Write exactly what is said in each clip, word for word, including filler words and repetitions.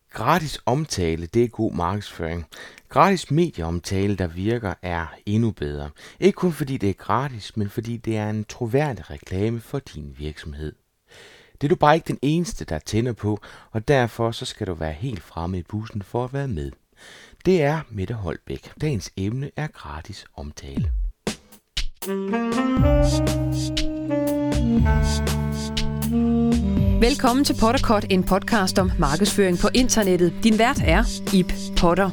Gratis omtale, det er god markedsføring. Gratis medieomtale, der virker, er endnu bedre. Ikke kun fordi det er gratis, men fordi det er en troværdig reklame for din virksomhed. Det er du bare ikke den eneste, der tænder på, og derfor så skal du være helt fremme i bussen for at være med. Det er Mette Holbæk. Dagens emne er gratis omtale. Velkommen til Potterkort, en podcast om markedsføring på internettet. Din vært er Ib Potter.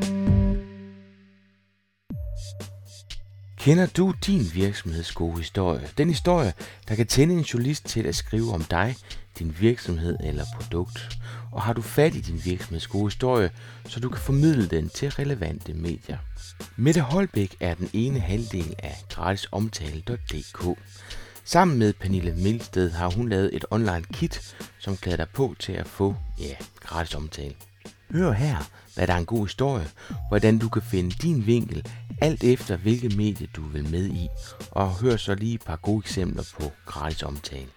Kender du din virksomheds gode historie? Den historie, der kan tænde en journalist til at skrive om dig, din virksomhed eller produkt. Og har du fat i din virksomheds gode historie, så du kan formidle den til relevante medier. Mette Holbæk er den ene halvdel af gratisomtale punktum d k. Sammen med Pernille Milsted har hun lavet et online kit, som klæder dig på til at få, ja, gratis omtale. Hør her, hvad der er en god historie, hvordan du kan finde din vinkel, alt efter hvilket medie du vil med i, og hør så lige et par gode eksempler på gratis omtale.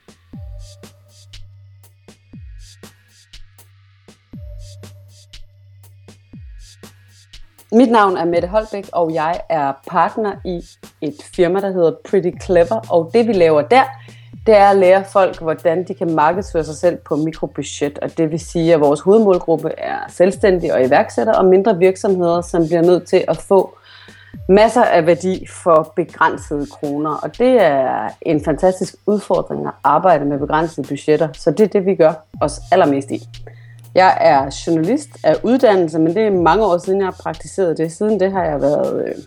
Mit navn er Mette Holbæk, og jeg er partner i et firma, der hedder Pretty Clever. Og det vi laver der, det er at lære folk, hvordan de kan markedsføre sig selv på mikrobudget. Og det vil sige, at vores hovedmålgruppe er selvstændige og iværksættere og mindre virksomheder, som bliver nødt til at få masser af værdi for begrænsede kroner. Og det er en fantastisk udfordring at arbejde med begrænsede budgetter, så det er det, vi gør os allermest i. Jeg er journalist af uddannelse, men det er mange år siden, jeg har praktiseret det. Siden det har jeg været øh,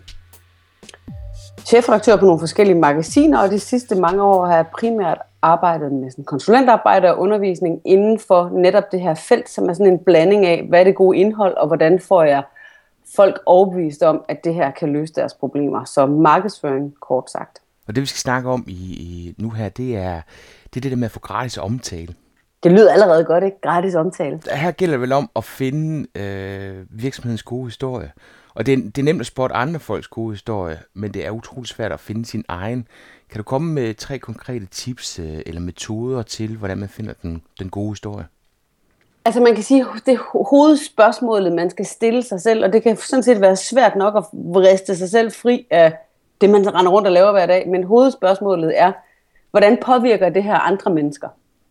chefredaktør på nogle forskellige magasiner, og de sidste mange år har jeg primært arbejdet med sådan konsulentarbejde og undervisning inden for netop det her felt, som er sådan en blanding af, hvad er det gode indhold, og hvordan får jeg folk overbevist om, at det her kan løse deres problemer. Så markedsføring, kort sagt. Og det vi skal snakke om i, i nu her, det er, det er det der med at få gratis omtale. Det lyder allerede godt, ikke? Gratis omtale. Her gælder det vel om at finde øh, virksomhedens gode historie. Og det er, det er nemt at spotte andre folks gode historie, men det er utroligt svært at finde sin egen. Kan du komme med tre konkrete tips øh, eller metoder til, hvordan man finder den, den gode historie? Altså man kan sige, det er hovedspørgsmålet, man skal stille sig selv, og det kan sådan set være svært nok at vriste sig selv fri af det, man render rundt og laver hver dag. Men hovedspørgsmålet er, hvordan påvirker det her andre mennesker?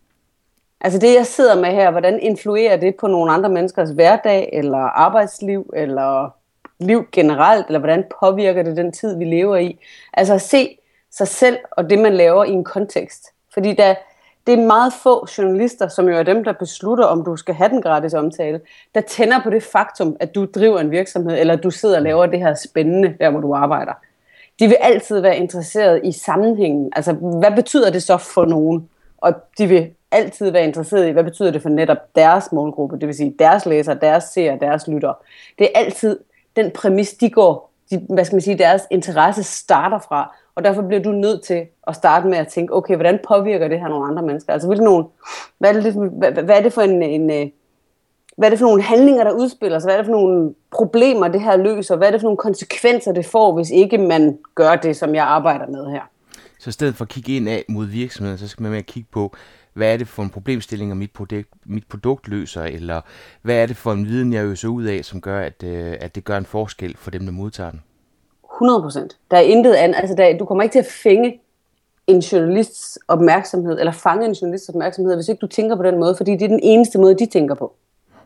Altså det, jeg sidder med her, hvordan influerer det på nogle andre menneskers hverdag, eller arbejdsliv, eller liv generelt, eller hvordan påvirker det den tid, vi lever i? Altså at se sig selv og det, man laver i en kontekst. Fordi der, det er meget få journalister, som jo er dem, der beslutter, om du skal have den gratis omtale, der tænder på det faktum, at du driver en virksomhed, eller du sidder og laver det her spændende, der hvor du arbejder. De vil altid være interesseret i sammenhængen. Altså, hvad betyder det så for nogen? Og de vil altid være interesseret i, hvad betyder det for netop deres målgruppe, det vil sige deres læsere, deres seere, deres lyttere. Det er altid den præmis, de går, de, hvad skal man sige, deres interesse starter fra, og derfor bliver du nødt til at starte med at tænke, okay, hvordan påvirker det her nogle andre mennesker? Altså, hvilke nogle, hvad, er det, hvad, hvad er det for en, en, hvad er det for nogle handlinger, der udspiller sig? Hvad er det for nogle problemer, det her løser? Hvad er det for nogle konsekvenser, det får, hvis ikke man gør det, som jeg arbejder med her? Så i stedet for at kigge ind af mod virksomheden, så skal man med at kigge på, hvad er det for en problemstilling, mit produkt, mit produkt løser, eller hvad er det for en viden, jeg øser ud af, som gør, at, øh, at det gør en forskel for dem, der modtager den? hundrede procent. Der er intet andet. Altså, der, du kommer ikke til at fænge en journalists opmærksomhed, eller fange en journalists opmærksomhed, hvis ikke du tænker på den måde, fordi det er den eneste måde, de tænker på.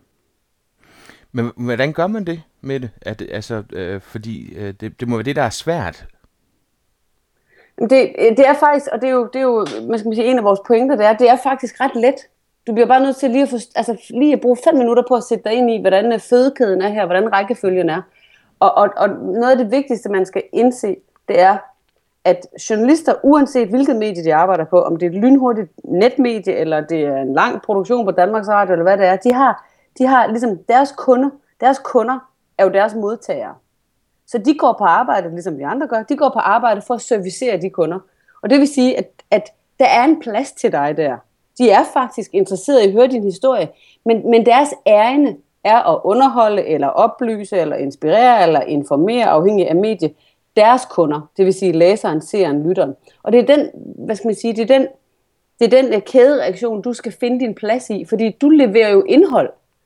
Men hvordan gør man det med det? At, altså, øh, fordi øh, det, det må være det, der er svært. Det, det er faktisk, og det er jo, det er jo man skal sige, en af vores pointer, det er, det er faktisk ret let. Du bliver bare nødt til lige at, for, altså, lige at bruge fem minutter på at sætte dig ind i, hvordan fødekæden er her, hvordan rækkefølgen er. Og, og, og noget af det vigtigste, man skal indse, det er, at journalister, uanset hvilket medie de arbejder på, om det er et lynhurtigt netmedie, eller det er en lang produktion på Danmarks Radio, eller hvad det er, de har, de har ligesom deres kunder, deres kunder er jo deres modtagere. Så de går på arbejde, ligesom vi andre gør, de går på arbejde for at servicere de kunder. Og det vil sige, at, at der er en plads til dig der. De er faktisk interesserede i at høre din historie, men, men deres ærinde er at underholde, eller oplyse, eller inspirere, eller informere, afhængig af medie, deres kunder, det vil sige læseren, seeren, lytteren. Og det er den, hvad skal man sige, det er den, det er den kædereaktion, du skal finde din plads i, fordi du leverer jo indhold.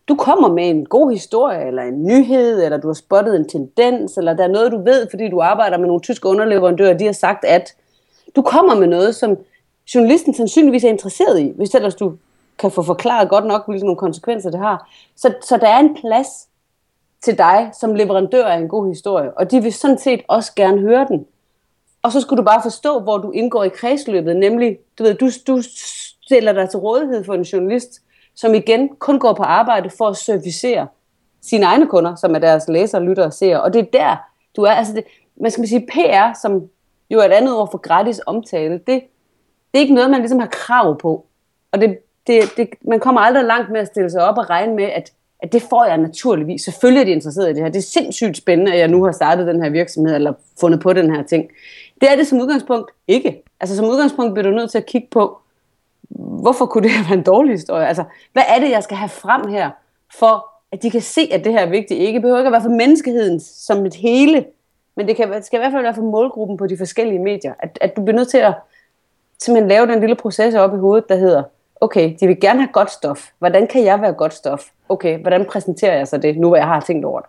du kommer med en god historie, eller en nyhed, eller du har spottet en tendens, eller der er noget, du ved, fordi du arbejder med nogle tyske underleverandører, de har sagt, at du kommer med noget, som journalisten sandsynligvis er interesseret i, hvis ellers du kan få forklaret godt nok, hvilke nogle konsekvenser det har. Så, så der er en plads til dig som leverandør af en god historie, og de vil sådan set også gerne høre den. Og så skulle du bare forstå, hvor du indgår i kredsløbet, nemlig, du ved, du, du stiller dig til rådighed for en journalist, som igen kun går på arbejde for at servicere sine egne kunder, som er deres læsere, lyttere og seere. Og det er der, du er. Altså det, man skal sige, P R, som jo er et andet ord for gratis omtale, det, det er ikke noget, man ligesom har krav på. Og det, det, det, man kommer aldrig langt med at stille sig op og regne med, at, at det får jeg naturligvis. Selvfølgelig er de interesseret i det her. Det er sindssygt spændende, at jeg nu har startet den her virksomhed, eller fundet på den her ting. Det er det som udgangspunkt ikke. Altså som udgangspunkt bliver du nødt til at kigge på, hvorfor kunne det være en dårlig historie? Altså, hvad er det, jeg skal have frem her, for at de kan se, at det her er vigtigt? Ikke behøver ikke at være for menneskeheden som et hele, men det, kan, det skal i hvert fald være for målgruppen på de forskellige medier. At, at du bliver nødt til at simpelthen lave den lille proces op i hovedet, der hedder, okay, de vil gerne have godt stof. Hvordan kan jeg være godt stof? Okay, hvordan præsenterer jeg så det, nu hvor jeg har tænkt over det?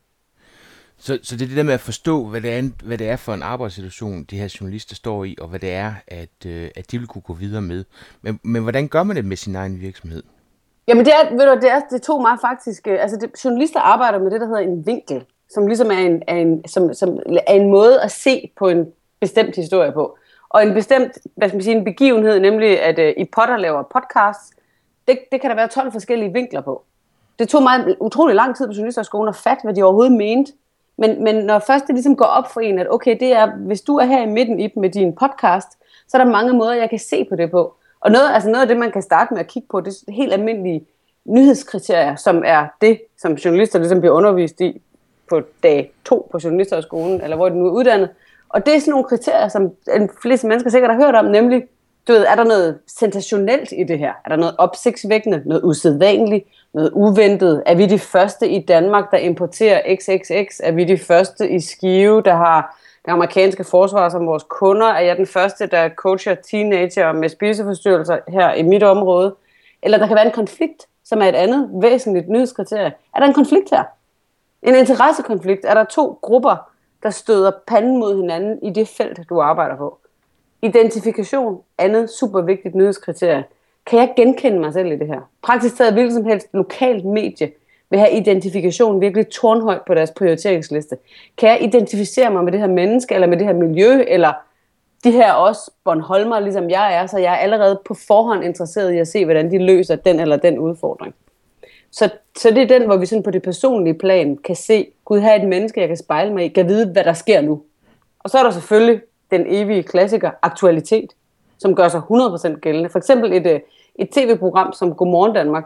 Så, så det er det der med at forstå, hvad det, er, hvad det er for en arbejdssituation, de her journalister står i, og hvad det er, at, øh, at de vil kunne gå videre med. Men, men hvordan gør man det med sin egen virksomhed? Jamen det er, ved du, det, er, det tog mig faktisk, øh, altså det, journalister arbejder med det, der hedder en vinkel, som ligesom er en, er, en, som, som er en måde at se på en bestemt historie på. Og en bestemt, hvad skal man sige, en begivenhed, nemlig at øh, I Potter laver podcasts, det, det kan der være tolv forskellige vinkler på. Det tog mig utrolig lang tid på journalisterskolen at fatte, hvad de overhovedet mente. Men, men når først det ligesom går op for en, at okay, det er, hvis du er her i midten i med din podcast, så er der mange måder, jeg kan se på det på. Og noget, altså noget af det, man kan starte med at kigge på, det er helt almindelige nyhedskriterier, som er det, som journalister ligesom bliver undervist i på dag to på journalisterskolen, eller hvor de nu er uddannet. Og det er sådan nogle kriterier, som de fleste mennesker sikkert har hørt om, nemlig, du ved, er der noget sensationelt i det her? Er der noget opsigtsvækkende, noget usædvanligt, noget uventet? Er vi de første i Danmark, der importerer X X X? Er vi de første i Skive, der har det amerikanske forsvar som vores kunder? Er jeg den første, der coacher teenager med spiseforstyrrelser her i mit område? Eller der kan være en konflikt, som er et andet væsentligt nyhedskriterie. Er der en konflikt her? En interessekonflikt? Er der to grupper, der støder panden mod hinanden i det felt, du arbejder på? Identifikation, andet super vigtigt nyhedskriterie. Kan jeg genkende mig selv i det her? Praktisk taget hvilket som helst lokalt medie vil have identifikation virkelig tårnhøjt på deres prioriteringsliste. Kan jeg identificere mig med det her menneske, eller med det her miljø, eller de her også Bornholmer, ligesom jeg er, så jeg er allerede på forhånd interesseret i at se, hvordan de løser den eller den udfordring. Så, så det er den, hvor vi sådan på det personlige plan kan se, gud, her er et menneske, jeg kan spejle mig i, kan vide, hvad der sker nu. Og så er der selvfølgelig den evige klassiker, aktualitet, som gør sig hundrede procent gældende. For eksempel et, et tv-program som Godmorgen Danmark,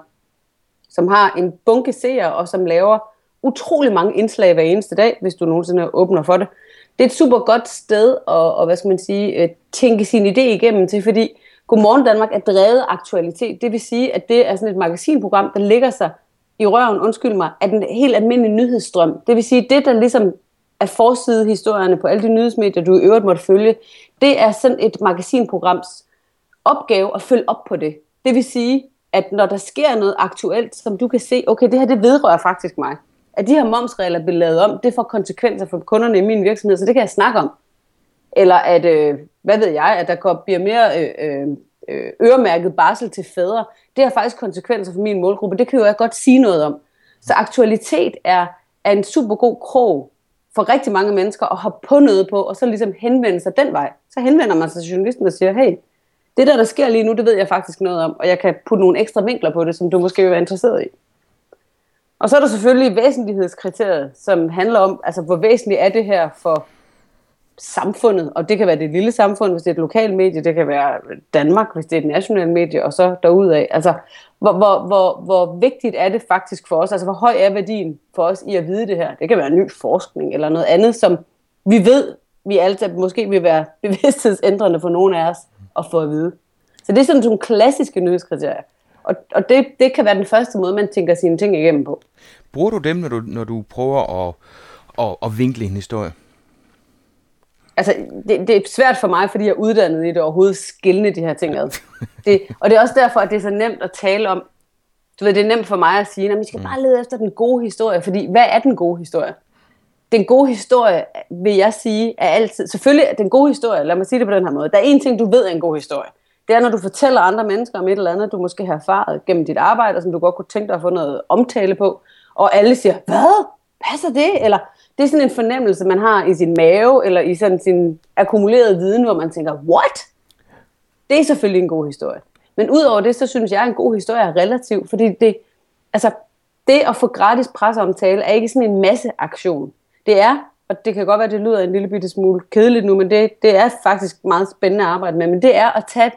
som har en bunke seere, og som laver utrolig mange indslag hver eneste dag, hvis du nogensinde åbner for det. Det er et super godt sted at, og, hvad skal man sige, tænke sin idé igennem til, fordi Godmorgen Danmark er drevet aktualitet. Det vil sige, at det er sådan et magasinprogram, der ligger sig i røven, undskyld mig, af den helt almindelige nyhedsstrøm. Det vil sige, det der ligesom er forsidehistorierne på alle de nyhedsmedier, du i øvrigt måtte følge, det er sådan et magasinprograms opgave at følge op på det. Det vil sige, at når der sker noget aktuelt, som du kan se, okay, det her det vedrører faktisk mig. At de her momsregler bliver lavet om, det får konsekvenser for kunderne i min virksomhed, så det kan jeg snakke om. Eller at, øh, hvad ved jeg, at der bliver mere øh, øh, øremærket barsel til fædre. Det har faktisk konsekvenser for min målgruppe. Det kan jo jeg godt sige noget om. Så aktualitet er, er en super god krog for rigtig mange mennesker at hoppe på noget på, og så ligesom henvende sig den vej. Så henvender man sig til journalisten og siger, hey, det der, der sker lige nu, det ved jeg faktisk noget om, og jeg kan putte nogle ekstra vinkler på det, som du måske vil være interesseret i. Og så er der selvfølgelig væsentlighedskriteriet, som handler om, altså hvor væsentligt er det her for samfundet, og det kan være det lille samfund, hvis det er et lokalt medie, det kan være Danmark, hvis det er et nationalt medie, og så derudad. Altså, hvor, hvor, hvor, hvor vigtigt er det faktisk for os? Altså, hvor høj er værdien for os i at vide det her? Det kan være ny forskning eller noget andet, som vi ved, vi altid måske vil være bevidsthedsændrende for nogle af os at få at vide. Så det er sådan nogle klassiske nyhedskriterier. Og, og det, det kan være den første måde, man tænker sine ting igennem på. Bruger du dem, når du, når du prøver at, at, at vinkle en historie? Altså, det, det er svært for mig, fordi jeg er uddannet i det overhovedet skille de her ting ad. Det, og det er også derfor, at det er så nemt at tale om Du ved, det er nemt for mig at sige, at vi skal bare lede efter den gode historie, fordi hvad er den gode historie? Den gode historie, vil jeg sige, er altid, selvfølgelig er den gode historie, lad mig sige det på den her måde, der er en ting, du ved er en god historie. Det er, når du fortæller andre mennesker om et eller andet, du måske har erfaret gennem dit arbejde, som du godt kunne tænke dig at få noget omtale på, og alle siger, hvad? Passer det? Eller det er sådan en fornemmelse, man har i sin mave, eller i sådan sin akkumulerede viden, hvor man tænker, what? Det er selvfølgelig en god historie. Men udover det, så synes jeg, at en god historie er relativ, fordi det, altså, det at få gratis presseomtale er ikke sådan en masseaktion. Det er, og det kan godt være, at det lyder en lille bitte smule kedeligt nu, men det, det er faktisk meget spændende at arbejde med, men det er at tage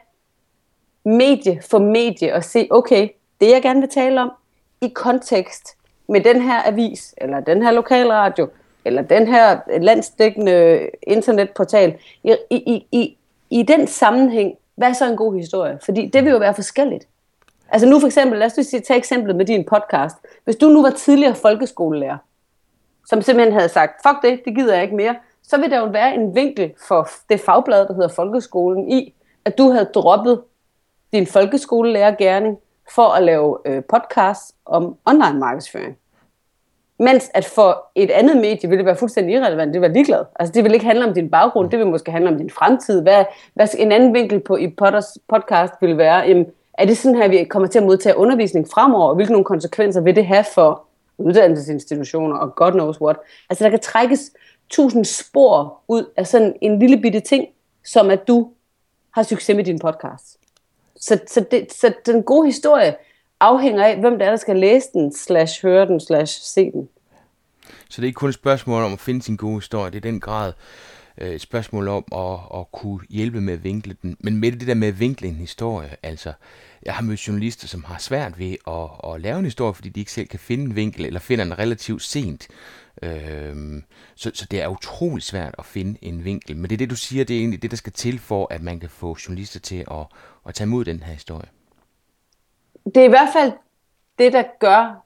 medie for medie og se, okay, det jeg gerne vil tale om, i kontekst med den her avis, eller den her lokalradio, eller den her landsdækkende internetportal, i, i, i, i den sammenhæng, hvad er så en god historie? Fordi det vil jo være forskelligt. Altså nu for eksempel, lad os lige tage eksemplet med din podcast. Hvis du nu var tidligere folkeskolelærer, som simpelthen havde sagt, fuck det, det gider jeg ikke mere, så vil der jo være en vinkel for det fagblad, der hedder Folkeskolen, i, at du havde droppet din folkeskolelærergerning for at lave øh, podcast om online markedsføring. Mens at for et andet medie ville det være fuldstændig irrelevant, det var ligeglad. Altså det vil ikke handle om din baggrund, det vil måske handle om din fremtid. Hvad, hvad en anden vinkel på i Potters podcast vil være, jamen, er det sådan her, vi kommer til at modtage undervisning fremover, og hvilke nogle konsekvenser vil det have for uddannelsesinstitutioner og God knows what. Altså der kan trækkes tusind spor ud af sådan en lille bitte ting, som at du har succes med din podcast. Så, så, det, så den gode historie afhænger af, hvem det er, der skal læse den, slash høre den, slash se den. Så det er ikke kun et spørgsmål om at finde sin gode historie, det er i den grad øh, et spørgsmål om at, at kunne hjælpe med at vinkle den. Men med det der med at vinkle en historie, altså, jeg har mødt journalister, som har svært ved at, at lave en historie, fordi de ikke selv kan finde en vinkel, eller finder den relativt sent. Øhm, så, så det er utrolig svært at finde en vinkel. Men det er det, du siger, det er egentlig det, der skal til for, at man kan få journalister til at, at tage imod den her historie. Det er i hvert fald det, der gør,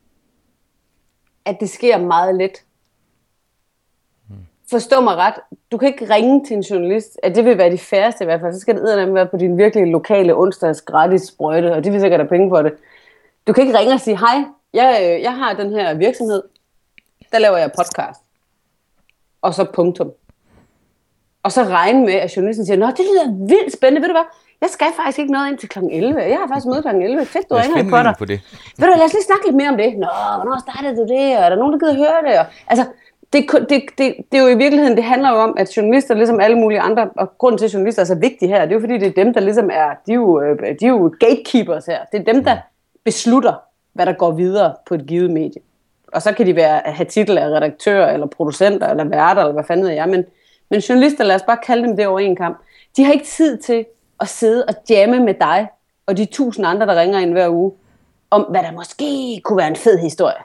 at det sker meget let. Hmm. Forstå mig ret. Du kan ikke ringe til en journalist, at det vil være de færreste i hvert fald. Så skal det eddermame være på din virkelig lokale onsdags gratis sprøjte, og de vil sikkert have penge for det. Du kan ikke ringe og sige, hej, jeg, jeg har den her virksomhed, der laver jeg podcast. Og så punktum. Og så regne med, at journalisten siger, nå, det lyder vildt spændende, ved du hvad? Jeg skal faktisk ikke noget ind til klokken elleve. Jeg har faktisk møde klokken elleve. Fedt, du ringer på dig. På det. Ved du, lad os lige snakke lidt mere om det. Nå, hvornår startede du det? Og er der nogen, der gider høre det? Og, altså, det, det, det, det er jo i virkeligheden, det handler jo om, at journalister, ligesom alle mulige andre, og grunden til, at journalister er så vigtige her, det er jo fordi, det er dem, der ligesom er, de er jo, de er jo gatekeepers her. Det er dem, der beslutter, hvad der går videre på et givet medie. Og så kan de være, have titel af redaktører, eller producenter, eller værter, eller hvad fanden ved jeg. Men, men journalister, lad os bare kalde dem det over en kamp. De har ikke tid til at sidde og jamme med dig, og de tusind andre, der ringer ind hver uge, om hvad der måske kunne være en fed historie.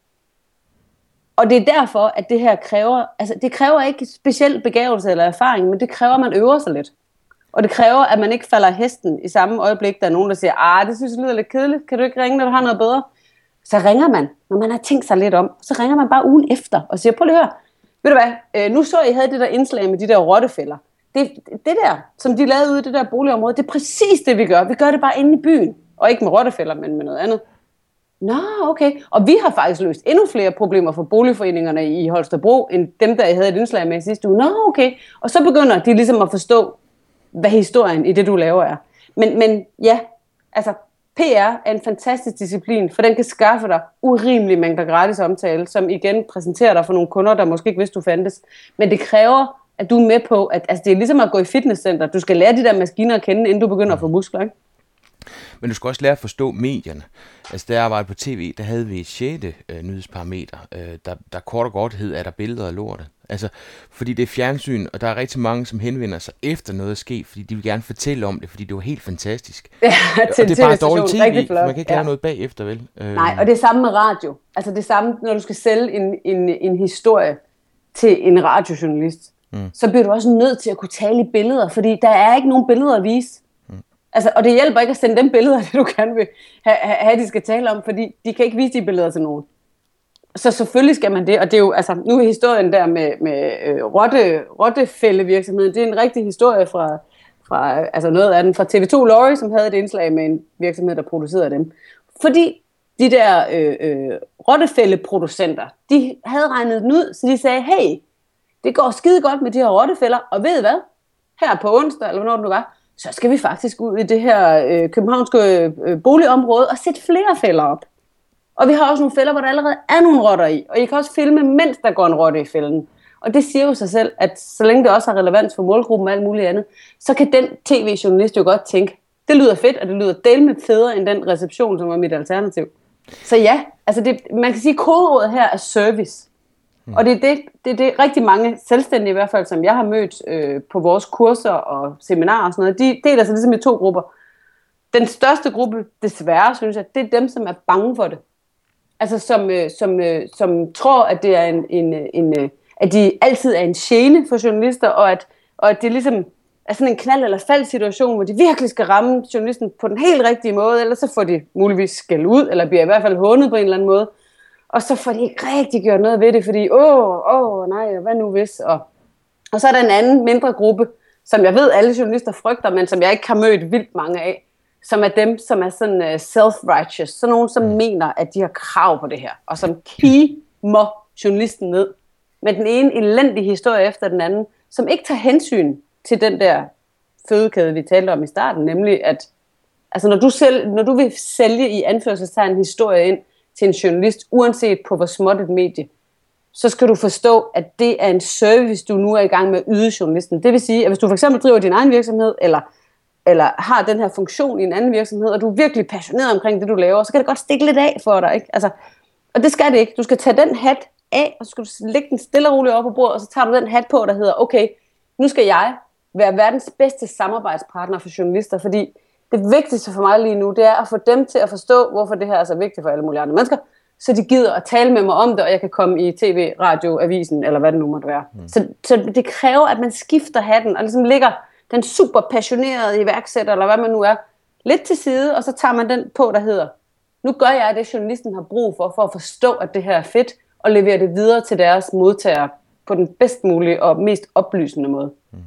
Og det er derfor, at det her kræver, altså det kræver ikke speciel begævelse eller erfaring, men det kræver, at man øver sig lidt. Og det kræver, at man ikke falder af hesten i samme øjeblik, der er nogen, der siger, ah, det synes jeg lyder lidt kedeligt, kan du ikke ringe, når du har noget bedre? Så ringer man, når man har tænkt sig lidt om, så ringer man bare ugen efter og siger, prøv lige at høre, ved du hvad, øh, nu så I havde det der indslag med de der rottefælder. Det, det der, som de lavede ude i det der boligområde, det er præcis det, vi gør. Vi gør det bare inde i byen, og ikke med rottefælder, men med noget andet. Nå, okay. Og vi har faktisk løst endnu flere problemer for boligforeningerne i Holstebro, end dem, der I havde et indslag med sidste uge. Nå, okay. Og så begynder de ligesom at forstå, hvad historien i det, du laver er. Men, men ja, altså, P R er en fantastisk disciplin, for den kan skaffe dig urimelige mængder gratis omtale, som igen præsenterer dig for nogle kunder, der måske ikke vidste, du fandtes. Men det kræver, at du er med på, at altså, det er ligesom at gå i fitnesscenter. Du skal lære de der maskiner at kende, inden du begynder at få muskler, ikke? Men du skal også lære at forstå medierne. Altså, da jeg arbejdede på tv, der havde vi et sjette øh, nyhedsparameter, øh, der, der kort og godt hed, er der billeder af lortet. Altså, fordi det er fjernsyn, og der er rigtig mange, som henvender sig efter noget er sket, fordi de vil gerne fortælle om det, fordi det var helt fantastisk. Ja, til og det er bare dårligt tv, man kan ikke lave ja. noget bagefter, vel? Øh. Nej, og det er samme med radio. Altså det er samme, når du skal sælge en, en, en historie til en radiojournalist, mm. så bliver du også nødt til at kunne tale i billeder, fordi der er ikke nogen billeder at vise. Altså, og det hjælper ikke at sende dem billeder, det du gerne vil have, have, de skal tale om, fordi de kan ikke vise de billeder til nogen. Så selvfølgelig skal man det, og det er jo, altså, nu er historien der med, med øh, rotte, rottefældevirksomheden, det er en rigtig historie fra, fra, altså noget af den fra T V to Lorry, som havde et indslag med en virksomhed, der producerede dem. Fordi de der øh, øh, rottefældeproducenter, de havde regnet den ud, så de sagde, hey, det går skide godt med de her rottefælder, og ved I hvad? Her på onsdag, eller hvornår det nu var, så skal vi faktisk ud i det her øh, københavnske øh, boligområde og sætte flere fælder op. Og vi har også nogle fælder, hvor der allerede er nogle rotter i, og I kan også filme, mens der går en rotte i fælden. Og det siger jo sig selv, at så længe det også har relevans for målgruppen og alt muligt andet, så kan den tv-journalist jo godt tænke, det lyder fedt, og det lyder del med federe end den reception, som var mit alternativ. Så ja, altså det, man kan sige, at kodeordet her er service. Mm. Og det er det, det er det rigtig mange selvstændige i hvert fald, som jeg har mødt øh, på vores kurser og seminarer og sådan noget, de deler sig ligesom i to grupper. Den største gruppe, desværre, synes jeg, det er dem, som er bange for det. Altså som, øh, som, øh, som tror, at det er en, en, en øh, at de altid er en gene for journalister, og at, og at det ligesom er sådan en knald- eller fald situation, hvor de virkelig skal ramme journalisten på den helt rigtige måde, eller så får de muligvis skæld ud, eller bliver i hvert fald hånet på en eller anden måde. Og så får de ikke rigtig gjort noget ved det, fordi, åh, åh, nej, hvad nu hvis? Og, og så er der en anden mindre gruppe, som jeg ved, alle journalister frygter, men som jeg ikke har mødt vildt mange af, som er dem, som er sådan uh, self-righteous, sådan nogen, som mm. mener, at de har krav på det her, og som kimer journalisten ned med den ene elendige historie efter den anden, som ikke tager hensyn til den der fødekæde, vi talte om i starten, nemlig at altså, når, du selv, når du vil sælge i anførselstegn en historie ind til en journalist, uanset på hvor småt et medie, så skal du forstå, at det er en service, du nu er i gang med at yde journalisten. Det vil sige, at hvis du for eksempel driver din egen virksomhed, eller, eller har den her funktion i en anden virksomhed, og du er virkelig passioneret omkring det, du laver, så kan det godt stikke lidt af for dig. Ikke? Altså, og det skal det ikke. Du skal tage den hat af, og så skal du lægge den stille og roligt op på bordet, og så tager du den hat på, der hedder, okay, nu skal jeg være verdens bedste samarbejdspartner for journalister, fordi det vigtigste for mig lige nu, det er at få dem til at forstå, hvorfor det her er så vigtigt for alle mulige andre mennesker, så de gider at tale med mig om det, og jeg kan komme i tv, radio, avisen, eller hvad det nu måtte være. Mm. Så, så det kræver, at man skifter hatten, og ligesom ligger den super passionerede iværksætter, eller hvad man nu er, lidt til side, og så tager man den på, der hedder, nu gør jeg det, journalisten har brug for, for at forstå, at det her er fedt, og levere det videre til deres modtagere på den bedst mulige og mest oplysende måde. Mm.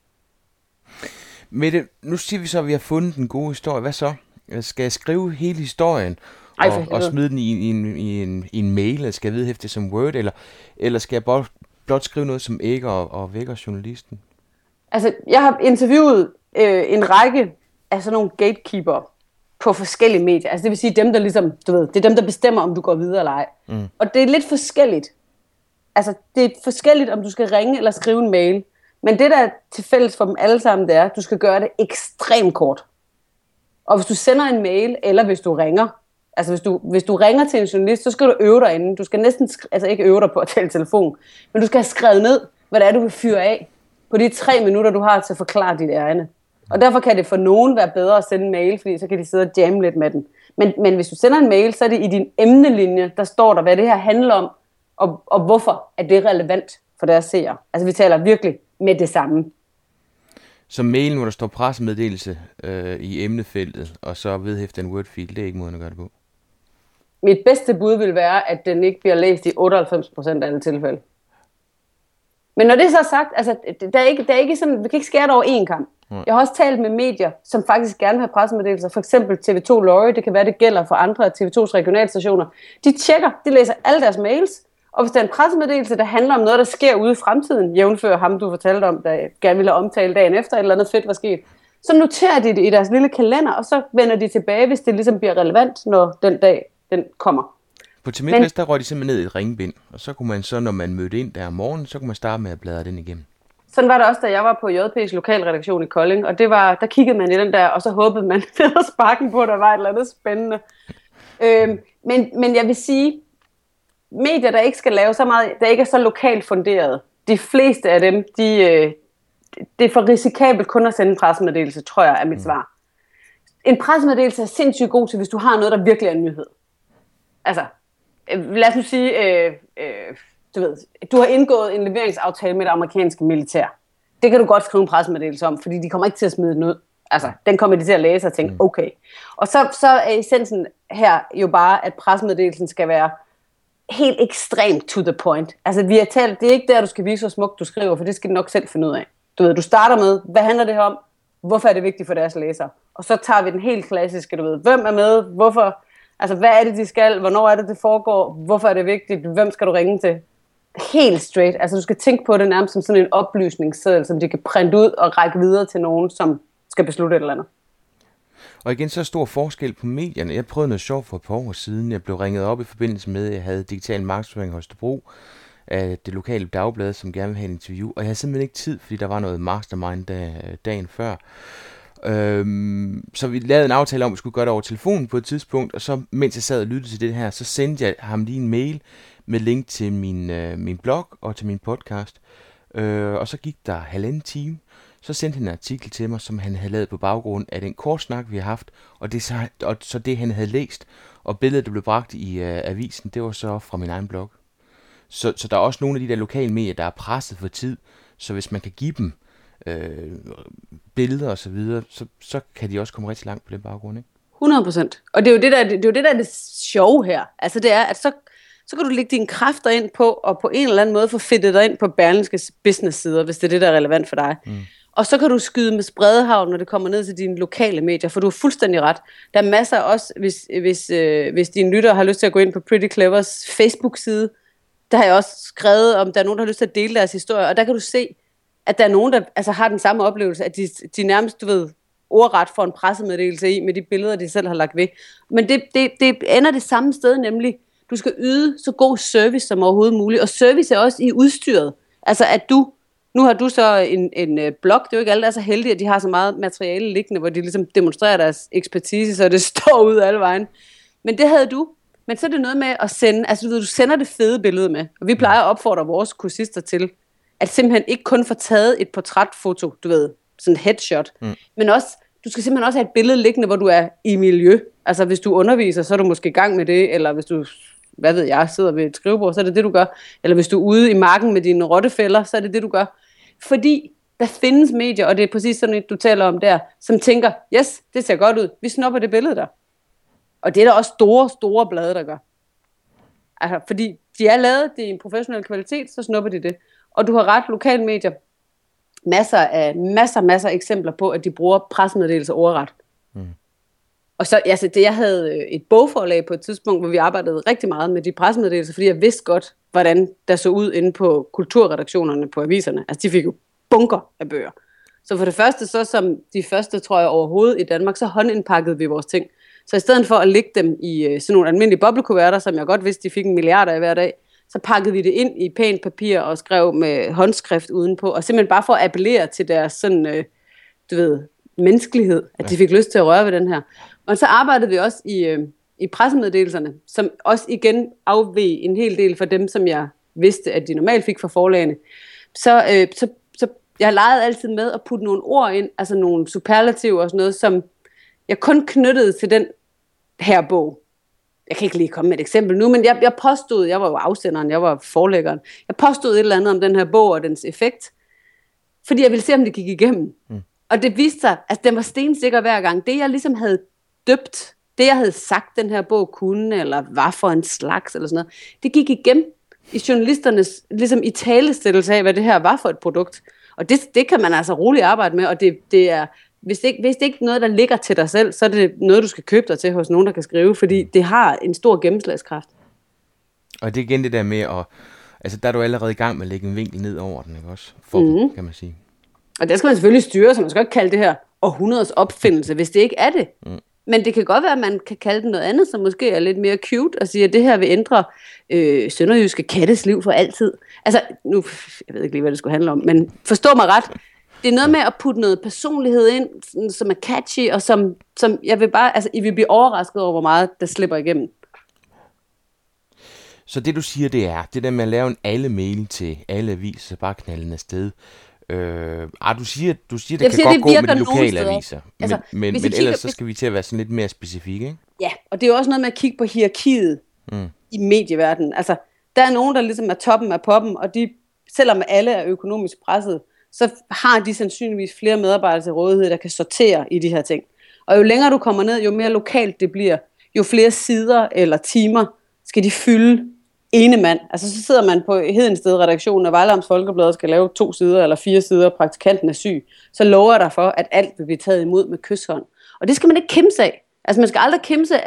Mette, nu siger vi så, at vi har fundet en god historie. Hvad så? Skal jeg skrive hele historien og, Ej, og smide den i, i, en, i, en, i en mail, eller skal jeg vedhæfte det som Word, eller, eller skal jeg blot, blot skrive noget, som ægger og, og vækker journalisten? Altså, jeg har interviewet øh, en række af sådan nogle gatekeepere på forskellige medier. Altså det vil sige dem, der ligesom, du ved, det er dem, der bestemmer, om du går videre eller ej. Mm. Og det er lidt forskelligt. Altså, det er forskelligt, om du skal ringe eller skrive en mail. Men det, der er til fælles for dem alle sammen, det er, at du skal gøre det ekstremt kort. Og hvis du sender en mail, eller hvis du ringer, altså hvis du, hvis du ringer til en journalist, så skal du øve dig inden. Du skal næsten, altså ikke øve dig på at tale telefon, men du skal have skrevet ned, hvad det er, du vil fyre af på de tre minutter, du har til at forklare dit ærinde. Og derfor kan det for nogen være bedre at sende en mail, fordi så kan de sidde og jamme lidt med den. Men, men hvis du sender en mail, så er det i din emnelinje, der står der, hvad det her handler om, og, og hvorfor er det relevant for deres seere. Altså vi taler virkelig med det samme. Så mailen, hvor der står pressemeddelelse øh, i emnefeltet, og så vedhæfte en Word-fil, det er ikke måden at gøre det på? Mit bedste bud vil være, at den ikke bliver læst i otteoghalvfems procent af alle tilfælde. Men når det er så sagt, altså, der er ikke, der er ikke sådan, vi kan ikke skære det over én kamp. Mm. Jeg har også talt med medier, som faktisk gerne vil have pressemeddelelser, for eksempel T V to Lorry, det kan være, det gælder for andre af T V tos regionalstationer. De tjekker, de læser alle deres mails, og hvis der er en pressemeddelelse, der handler om noget, der sker ude i fremtiden, jævnfør ham, du fortalte om, der gerne ville omtale dagen efter, et eller andet fedt var sket, så noterer de det i deres lille kalender, og så vender de tilbage, hvis det ligesom bliver relevant, når den dag, den kommer. På Til Midtvest, der røg de simpelthen ned i et ringbind, og så kunne man så, når man mødte ind der om morgenen, så kunne man starte med at bladre den igennem. Sådan var det også, da jeg var på J P's lokalredaktion i Kolding, og det var, der kiggede man i den der, og så håbede man ved at sparken på, at der var et eller andet spændende. Øhm, men, men jeg vil sige, medier, der ikke skal lave så meget, der ikke er så lokalt funderet, de fleste af dem, de, øh, det er for risikabelt kun at sende en pressemeddelelse, tror jeg, er mit svar. En pressemeddelelse er sindssygt god til, hvis du har noget, der virkelig er en nyhed. Altså, øh, lad os nu sige, øh, øh, du ved, du har indgået en leveringsaftale med det amerikanske militær. Det kan du godt skrive en pressemeddelelse om, fordi de kommer ikke til at smide den ud. Altså, den kommer de til at læse og tænke, okay. Og så, så er essensen her jo bare, at pressemeddelelsen skal være helt ekstremt to the point. Altså, vi har talt, det er ikke der, du skal vise, hvor smukt du skriver, for det skal du nok selv finde ud af. Du ved, du starter med, hvad handler det her om? Hvorfor er det vigtigt for deres læsere? Og så tager vi den helt klassiske, du ved, hvem er med? Hvorfor? Altså, hvad er det, de skal? Hvornår er det, det foregår? Hvorfor er det vigtigt? Hvem skal du ringe til? Helt straight. Altså, du skal tænke på det nærmest som sådan en oplysningsseddel, som de kan printe ud og række videre til nogen, som skal beslutte et eller andet. Og igen, så stor forskel på medierne. Jeg prøvede noget sjovt for et par år siden. Jeg blev ringet op i forbindelse med, at jeg havde digital markedsføring i Holstebro af det lokale dagblad, som gerne ville have et interview. Og jeg havde simpelthen ikke tid, fordi der var noget mastermind dag, dagen før. Øhm, så vi lavede en aftale om, at vi skulle gøre det over telefonen på et tidspunkt. Og så, mens jeg sad og lyttede til det her, så sendte jeg ham lige en mail med link til min, øh, min blog og til min podcast. Øh, og så gik der halvanden time. Så sendte han en artikel til mig, som han havde lavet på baggrund af den kort snak, vi har haft, og det så, og så det, han havde læst, og billedet, der blev bragt i uh, avisen, det var så fra min egen blog. Så, så der er også nogle af de der lokale medier, der er presset for tid, så hvis man kan give dem øh, billeder og så videre, så, så kan de også komme rigtig langt på den baggrund, ikke? hundrede procent. Og det er jo det, der, det er jo det, der er det sjove her. Altså det er, at så, så kan du lægge dine kræfter ind på, og på en eller anden måde få fedtet dig ind på Berlingskes business-sider, hvis det er det, der er relevant for dig. Mm. Og så kan du skyde med spredehavn, når det kommer ned til dine lokale medier, for du er fuldstændig ret. Der er masser også, hvis, hvis, øh, hvis dine lyttere har lyst til at gå ind på Pretty Clevers Facebook-side, der har jeg også skrevet, om der er nogen, der har lyst til at dele deres historie, og der kan du se, at der er nogen, der altså, har den samme oplevelse, at de, de nærmest, du ved, ordret får en pressemeddelelse i, med de billeder, de selv har lagt ved. Men det, det, det ender det samme sted, nemlig, du skal yde så god service som overhovedet muligt, og service er også i udstyret. Altså, at du Nu har du så en, en uh, blog, det er jo ikke alle, der er så heldige, at de har så meget materiale liggende, hvor de ligesom demonstrerer deres ekspertise, så det står ud alle vejen. Men det havde du. Men så er det noget med at sende, altså du ved, du sender det fede billede med, og vi plejer at opfordre vores kursister til, at simpelthen ikke kun få taget et portrætfoto, du ved, sådan et headshot, mm. men også, du skal simpelthen også have et billede liggende, hvor du er i miljø. Altså hvis du underviser, så er du måske i gang med det, eller hvis du, hvad ved jeg, sidder ved et skrivebord, så er det det, du gør. Eller hvis du er ude i marken med dine rottefælder, så er det det, du gør. Fordi der findes medier, og det er præcis sådan et, du taler om der, som tænker, yes, det ser godt ud, vi snupper det billede der. Og det er der også store, store blade, der gør. Altså, fordi de er lavet, det er en professionel kvalitet, så snupper de det. Og du har ret, lokale medier, masser af, masser, masser af eksempler på, at de bruger pressemeddelelser overret. Mm. Og så, altså, det, jeg havde et bogforlag på et tidspunkt, hvor vi arbejdede rigtig meget med de pressemeddelelser, fordi jeg vidste godt, hvordan der så ud inde på kulturredaktionerne på aviserne. Altså, de fik jo bunker af bøger. Så for det første, så som de første, tror jeg, overhovedet i Danmark, så håndindpakkede vi vores ting. Så i stedet for at lægge dem i sådan nogle almindelige boblekuverter, som jeg godt vidste, de fik en milliarder af hver dag, så pakkede vi det ind i pænt papir og skrev med håndskrift udenpå, og simpelthen bare for at appellere til deres sådan, øh, du ved, menneskelighed, at de fik lyst til at røre ved den her. Og så arbejdede vi også i, øh, i pressemeddelelserne, som også igen afveg en hel del for dem, som jeg vidste, at de normalt fik fra forlagene. Så, øh, så, så jeg legede altid med at putte nogle ord ind, altså nogle superlativer og sådan noget, som jeg kun knyttede til den her bog. Jeg kan ikke lige komme med et eksempel nu, men jeg, jeg påstod, jeg var jo afsenderen, jeg var forlæggeren, jeg påstod et eller andet om den her bog og dens effekt, fordi jeg ville se, om det gik igennem. Mm. Og det viste sig, at den var stensikker hver gang. Det, jeg ligesom havde døbt, det, jeg havde sagt, den her bog kunne, eller var for en slags, eller sådan noget, det gik igennem i journalisternes ligesom i talestillelse af, hvad det her var for et produkt. Og det, det kan man altså roligt arbejde med, og det, det er, hvis det, ikke, hvis det ikke er noget, der ligger til dig selv, så er det noget, du skal købe dig til hos nogen, der kan skrive, fordi det har en stor gennemslagskraft. Og det er igen det der med at, altså der er du allerede i gang med at lægge en vinkel ned over den, ikke også? For mm. dem, kan man sige. Og der skal man selvfølgelig styre, så man skal ikke kalde det her århundredes opfindelse, hvis det ikke er det. Mm. Men det kan godt være, at man kan kalde det noget andet, som måske er lidt mere cute, og sige, at det her vil ændre øh, sønderjyske kattes liv for altid. Altså, nu, jeg ved ikke lige, hvad det skulle handle om, men forstå mig ret. Det er noget med at putte noget personlighed ind, som er catchy, og som, som jeg vil bare, altså, I vil blive overrasket over, hvor meget der slipper igennem. Så det, du siger, det er, det der med at lave en alle-mail til alle aviser, bare knalde den afsted. Øh, ah, du siger, du siger det jeg kan siger, godt det gå med de lokale aviser, altså, men, men, men ellers kigger, så skal vi til at være sådan lidt mere specifikke, ikke? Ja, og det er jo også noget med at kigge på hierarkiet mm. i medieverdenen. Altså, der er nogen, der ligesom er toppen af poppen, og de, selvom alle er økonomisk presset, så har de sandsynligvis flere medarbejdere til rådighed, der kan sortere i de her ting. Og jo længere du kommer ned, jo mere lokalt det bliver, jo flere sider eller timer skal de fylde ene mand. Altså så sidder man på Hedensted-redaktionen af Vejle Amts Folkeblad og skal lave to sider eller fire sider, og praktikanten er syg. Så lover jeg dig for, at alt vil blive taget imod med kysshånd. Og det skal man ikke kimse af. Altså man skal aldrig kimse af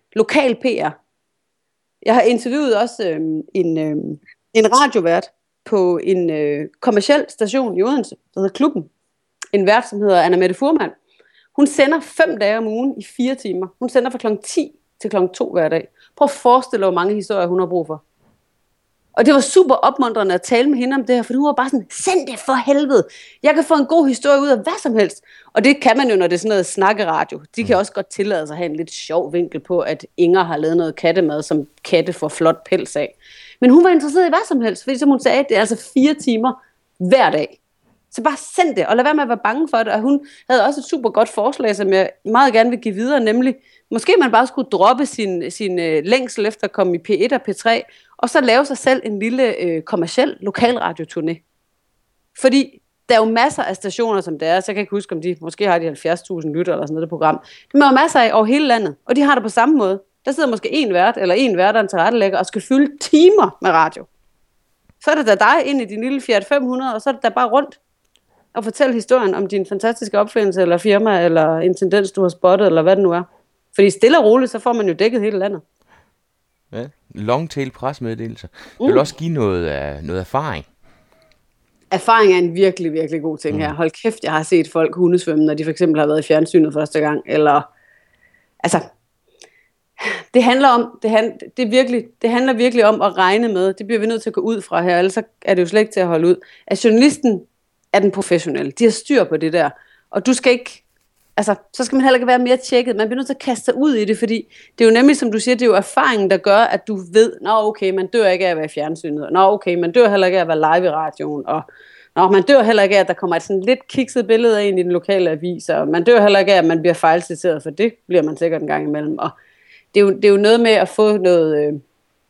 lokal P R. Jeg har interviewet også øh, en, øh, en radiovært på en øh, kommerciel station i Odense, der hedder Klubben. En vært, som hedder Anna Mette Furman. Hun sender fem dage om ugen i fire timer. Hun sender fra klokken ti til klokken to hver dag. Prøv at forestille dig, hvor mange historier hun har brug for. Og det var super opmuntrende at tale med hende om det her, for hun var bare sådan, send det for helvede. Jeg kan få en god historie ud af hvad som helst. Og det kan man jo, når det er sådan noget snakkeradio. De kan også godt tillade sig at have en lidt sjov vinkel på, at Inger har lavet noget kattemad, som katte får flot pels af. Men hun var interesseret i hvad som helst, fordi som hun sagde, det er altså fire timer hver dag. Så bare send det, og lad være med at være bange for det. Og hun havde også et super godt forslag, som jeg meget gerne vil give videre, nemlig, måske man bare skulle droppe sin, sin øh, længsel efter at komme i P et og P tre, og så lave sig selv en lille øh, kommerciel lokalradioturné. Fordi der er jo masser af stationer, som det er, så jeg kan ikke huske, om de måske har de halvfjerds tusind lytter eller sådan noget, det program. Det er jo masser af over hele landet, og de har det på samme måde. Der sidder måske en vært, eller en vært, der er en tilrettelægger, og skal fylde timer med radio. Så er det da dig ind i din lille Fiat fem hundrede, og så er det da bare rundt og fortælle historien om din fantastiske opfindelse, eller firma, eller en tendens, du har spottet, eller hvad det nu er. Fordi stille og roligt, så får man jo dækket hele landet. Ja, longtail pressemeddelelser. Det vil mm. også give noget, uh, noget erfaring. Erfaring er en virkelig, virkelig god ting mm. her. Hold kæft, jeg har set folk hundesvømme, når de for eksempel har været i fjernsynet første gang, eller, altså, det handler om, det, hand, det, er virkelig, det handler virkelig om at regne med, det bliver vi nødt til at gå ud fra her, ellers er det jo slet ikke til at holde ud, at journalisten er den professionelle. De har styr på det der. Og du skal ikke, altså, så skal man heller ikke være mere tjekket. Man bliver nødt til at kaste sig ud i det, fordi det er jo nemlig, som du siger, det er jo erfaringen, der gør, at du ved, nå okay, man dør ikke af at være i fjernsynet. Nå okay, man dør heller ikke af at være live i radioen. Og nå, man dør heller ikke af, at der kommer et sådan lidt kikset billede af en i den lokale avis. Og man dør heller ikke af, at man bliver fejlciteret, for det bliver man sikkert en gang imellem. Og det er jo, det er jo noget med at få noget, øh,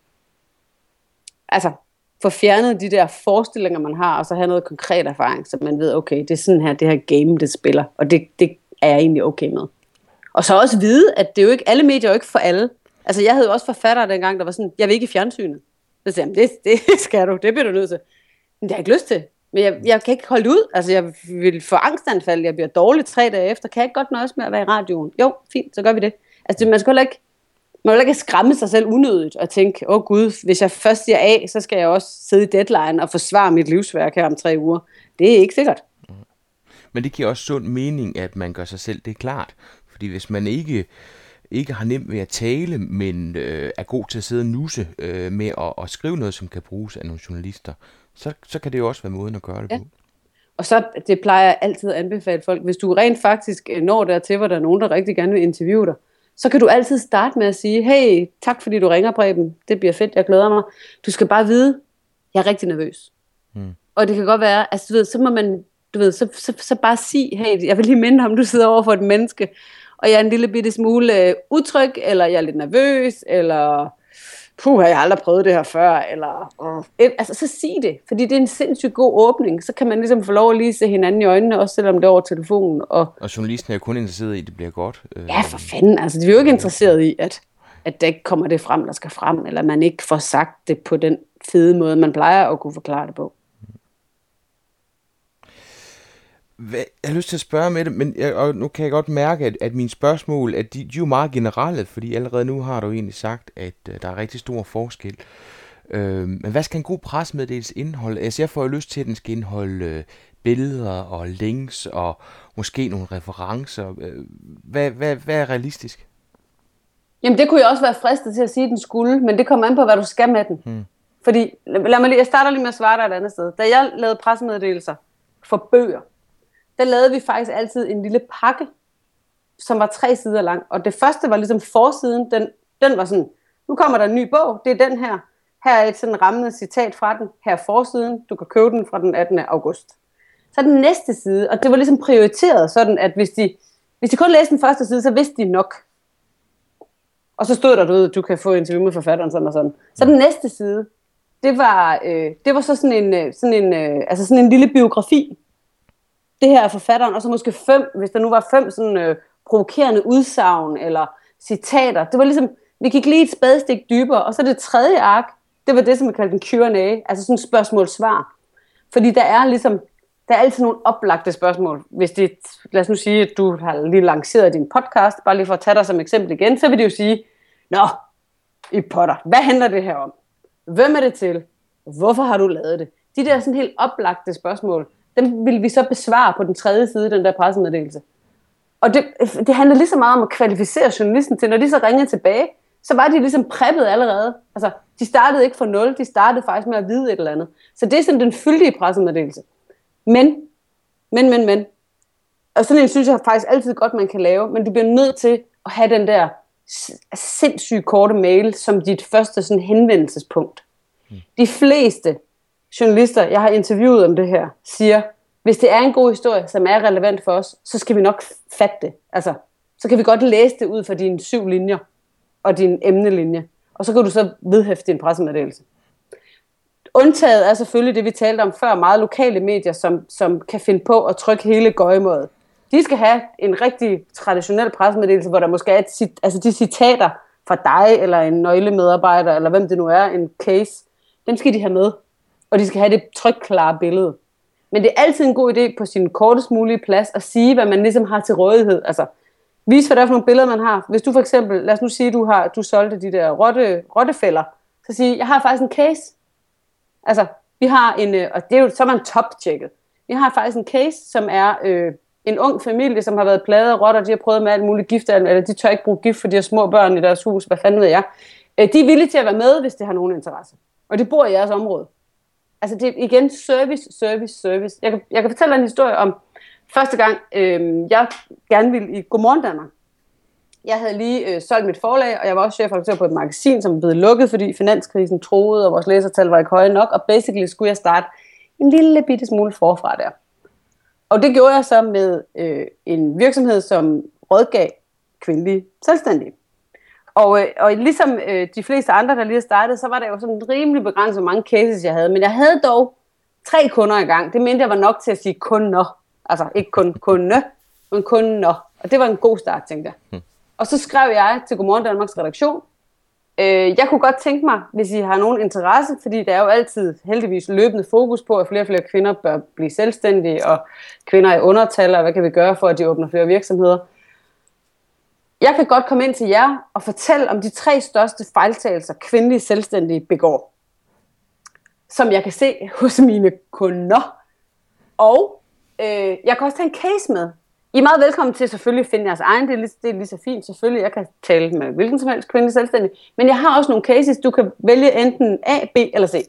altså, få fjernet de der forestillinger, man har, og så have noget konkret erfaring, så man ved, okay, det er sådan her, det her game, det spiller, og det, det er jeg egentlig okay med. Og så også vide, at det er jo ikke, alle medier er jo ikke for alle. Altså, jeg havde jo også forfattere dengang, der var sådan, jeg vil ikke i fjernsynet. Så sagde jeg, det, det skal du, det bliver du nødt til. Men det har jeg ikke lyst til. Men jeg, jeg kan ikke holde det ud. Altså, jeg vil få angstanfald, jeg bliver dårlig tre dage efter. Kan jeg ikke godt nøjes med at være i radioen? Jo, fint, så gør vi det. Altså, det, man skal heller ikke Man vil ikke skræmme sig selv unødigt og tænke, åh oh gud, hvis jeg først siger A, så skal jeg også sidde i deadline og forsvare mit livsværk her om tre uger. Det er ikke sikkert. Men det giver også sund mening, at man gør sig selv det klart. Fordi hvis man ikke, ikke har nemt ved at tale, men øh, er god til at sidde og nusse øh, med at, at skrive noget, som kan bruges af nogle journalister, så, så kan det jo også være måden at gøre det på. Ja. Og så, det plejer jeg altid at anbefale folk, hvis du rent faktisk når dertil, hvor der er nogen, der rigtig gerne vil interviewe dig, så kan du altid starte med at sige, hey, tak fordi du ringer, Preben, det bliver fedt, jeg glæder mig. Du skal bare vide, jeg er rigtig nervøs. Mm. Og det kan godt være, altså du ved, så må man, du ved, så, så, så bare sige, hey, jeg vil lige minde om, du sidder over for et menneske, og jeg er en lille bitte smule utryg, eller jeg er lidt nervøs, eller puh, jeg har aldrig prøvet det her før, eller uh, altså så sig det, fordi det er en sindssygt god åbning, så kan man ligesom få lov at lige se hinanden i øjnene, også selvom det er over telefonen. Og, og journalisten er jo kun interesseret i, at det bliver godt. Ja, for fanden, altså de er jo ikke interesseret i, at, at der ikke kommer det frem, der skal frem, eller man ikke får sagt det på den fede måde, man plejer at kunne forklare det på. Jeg har lyst til at spørge med det, men jeg, og nu kan jeg godt mærke, at, at mine spørgsmål, at de, de er jo meget generelle, fordi allerede nu har du egentlig sagt, at uh, der er rigtig stor forskel. Uh, men hvad skal en god pressemeddelelse indeholde? Altså jeg får jo lyst til, at den skal indeholde uh, billeder og links og måske nogle referencer. Uh, hvad, hvad, hvad er realistisk? Jamen det kunne jeg også være fristet til at sige, at den skulle, men det kommer an på, hvad du skal med den. Hmm. Fordi, lad mig lige, jeg starter lige med at svare dig et andet sted. Da jeg lavede pressemeddelelser for bøger, der lavede vi faktisk altid en lille pakke, som var tre sider lang. Og det første var ligesom forsiden, den, den var sådan, nu kommer der en ny bog, det er den her. Her er et sådan rammende citat fra den, her er forsiden, du kan købe den fra den attende august. Så den næste side, og det var ligesom prioriteret sådan, at hvis de, hvis de kun læste den første side, så vidste de nok. Og så stod der, du ved, du kan få interview med forfatteren, sådan og sådan. Så den næste side, det var, øh, det var så sådan en, sådan en, øh, altså sådan en lille biografi. Det her er forfatteren, og så måske fem, hvis der nu var fem sådan øh, provokerende udsagn eller citater. Det var ligesom, vi gik lige et spadestik dybere, og så det tredje ark, det var det, som vi kaldte en Q and A, altså sådan et spørgsmål-svar. Fordi der er ligesom, der er altid nogle oplagte spørgsmål. Hvis det, lad os nu sige, at du har lige lanceret din podcast, bare lige for at tage dig som eksempel igen, så vil det jo sige, Nå, i Potter, hvad handler det her om? Hvem er det til? Hvorfor har du lavet det? De der sådan helt oplagte spørgsmål, dem vil vi så besvare på den tredje side af den der pressemeddelelse. Og det, det handler lige så meget om at kvalificere journalisten til, når de så ringede tilbage, så var de ligesom preppet allerede. Altså, de startede ikke fra nul, de startede faktisk med at vide et eller andet. Så det er sådan den fyldige pressemeddelelse. Men, men, men, men. Og sådan en synes jeg faktisk altid godt, man kan lave, men du bliver nødt til at have den der sindssygt korte mail som dit første sådan henvendelsespunkt. Mm. De fleste journalister, jeg har interviewet om det her, siger, hvis det er en god historie, som er relevant for os, så skal vi nok fatte det. Altså, så kan vi godt læse det ud fra dine syv linjer og din emnelinje, og så kan du så vedhæfte din pressemeddelelse. Undtaget er selvfølgelig det, vi talte om før, meget lokale medier, som, som kan finde på at trykke hele gøjemådet. De skal have en rigtig traditionel pressemeddelelse, hvor der måske er et, altså de citater fra dig, eller en nøglemedarbejder, eller hvem det nu er, en case, dem skal de have med. Og de skal have det trykklare billede. Men det er altid en god idé på sin kortest mulige plads at sige, hvad man ligesom har til rådighed. Altså, vis, hvad der er for nogle billeder, man har. Hvis du for eksempel, lad os nu sige, at du, har, du solgte de der rotte, rottefælder, så sige, jeg har faktisk en case. Altså, vi har en, og det er jo, så er man top-tjekket. Vi har faktisk en case, som er øh, en ung familie, som har været plaget af rotter, de har prøvet med alt muligt gift, eller de tør ikke bruge gift, for de har små børn i deres hus, hvad fanden ved jeg. Øh, de er villige til at være med, hvis det har nogen interesse. Og de bor i jeres område. Altså det er igen service, service, service. Jeg kan, jeg kan fortælle en historie om første gang, øh, jeg gerne ville i Godmorgen Danmark. Jeg havde lige øh, solgt mit forlag, og jeg var også chefredaktør på et magasin, som blev lukket, fordi finanskrisen troede, og vores læsertal var ikke høje nok, og basically skulle jeg starte en lille bitte smule forfra der. Og det gjorde jeg så med øh, en virksomhed, som rådgav kvindelige selvstændige. Og, øh, og ligesom øh, de fleste andre, der lige har startet, så var der jo sådan rimelig begrænset, hvor mange cases jeg havde. Men jeg havde dog tre kunder i gang. Det mente jeg var nok til at sige kunder. Altså ikke kun kunde, men kunder. Og det var en god start, tænkte jeg. Hmm. Og så skrev jeg til Godmorgen Danmarks redaktion. Øh, jeg kunne godt tænke mig, hvis I har nogen interesse, fordi der er jo altid heldigvis løbende fokus på, at flere og flere kvinder bør blive selvstændige, og kvinder er undertal, og hvad kan vi gøre for, at de åbner flere virksomheder. Jeg kan godt komme ind til jer og fortælle om de tre største fejltagelser, kvindelige selvstændige begår, som jeg kan se hos mine kunder. Og øh, jeg kan også tage en case med. I er meget velkommen til at selvfølgelig finde jeres egen, det er, lige, det er lige så fint, selvfølgelig. Jeg kan tale med hvilken som helst kvindelig selvstændig, men jeg har også nogle cases, du kan vælge enten A, B eller C.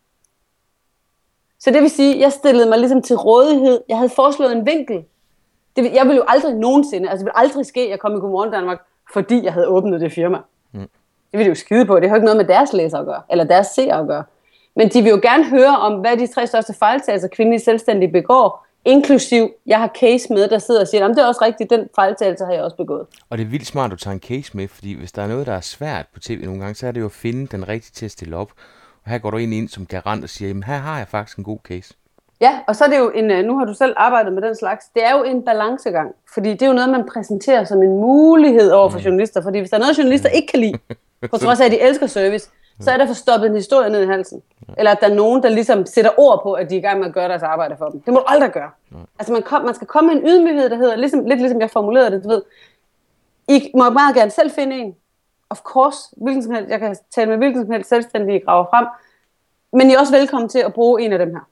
Så det vil sige, jeg stillede mig ligesom til rådighed. Jeg havde foreslået en vinkel. Det, jeg ville jo aldrig nogensinde, altså det ville aldrig ske, at jeg kom i Godmorgen Danmark, fordi jeg havde åbnet det firma. Mm. Det ville de jo skide på. Det har ikke noget med deres læsere at gøre, eller deres seere at gøre. Men de vil jo gerne høre om, hvad de tre største fejltagelser kvindelige selvstændige begår, inklusiv, jeg har case med, der sidder og siger, det er også rigtigt, den fejltagelse har jeg også begået. Og det er vildt smart, at du tager en case med, fordi hvis der er noget, der er svært på tv nogle gange, så er det jo at finde den rigtige til at stille op. Og her går du ind, ind som garant og siger, jamen her har jeg faktisk en god case. Ja, og så er det jo en, nu har du selv arbejdet med den slags, det er jo en balancegang, fordi det er jo noget, man præsenterer som en mulighed over for mm. journalister, fordi hvis der er noget, journalister ikke kan lide, på trods af, at de elsker service, så er der for stoppet en historie ned i halsen. Eller at der er nogen, der ligesom sætter ord på, at de er i gang med at gøre deres arbejde for dem. Det må du aldrig gøre. Altså man, kom, man skal komme med en ydmyghed, der hedder, ligesom, lidt ligesom jeg formulerede det, du ved, I må meget gerne selv finde en. Of course, hvilken som helst, jeg kan tale med hvilken som helst selvstændige graver frem, men I er også velkommen til at bruge en af dem her.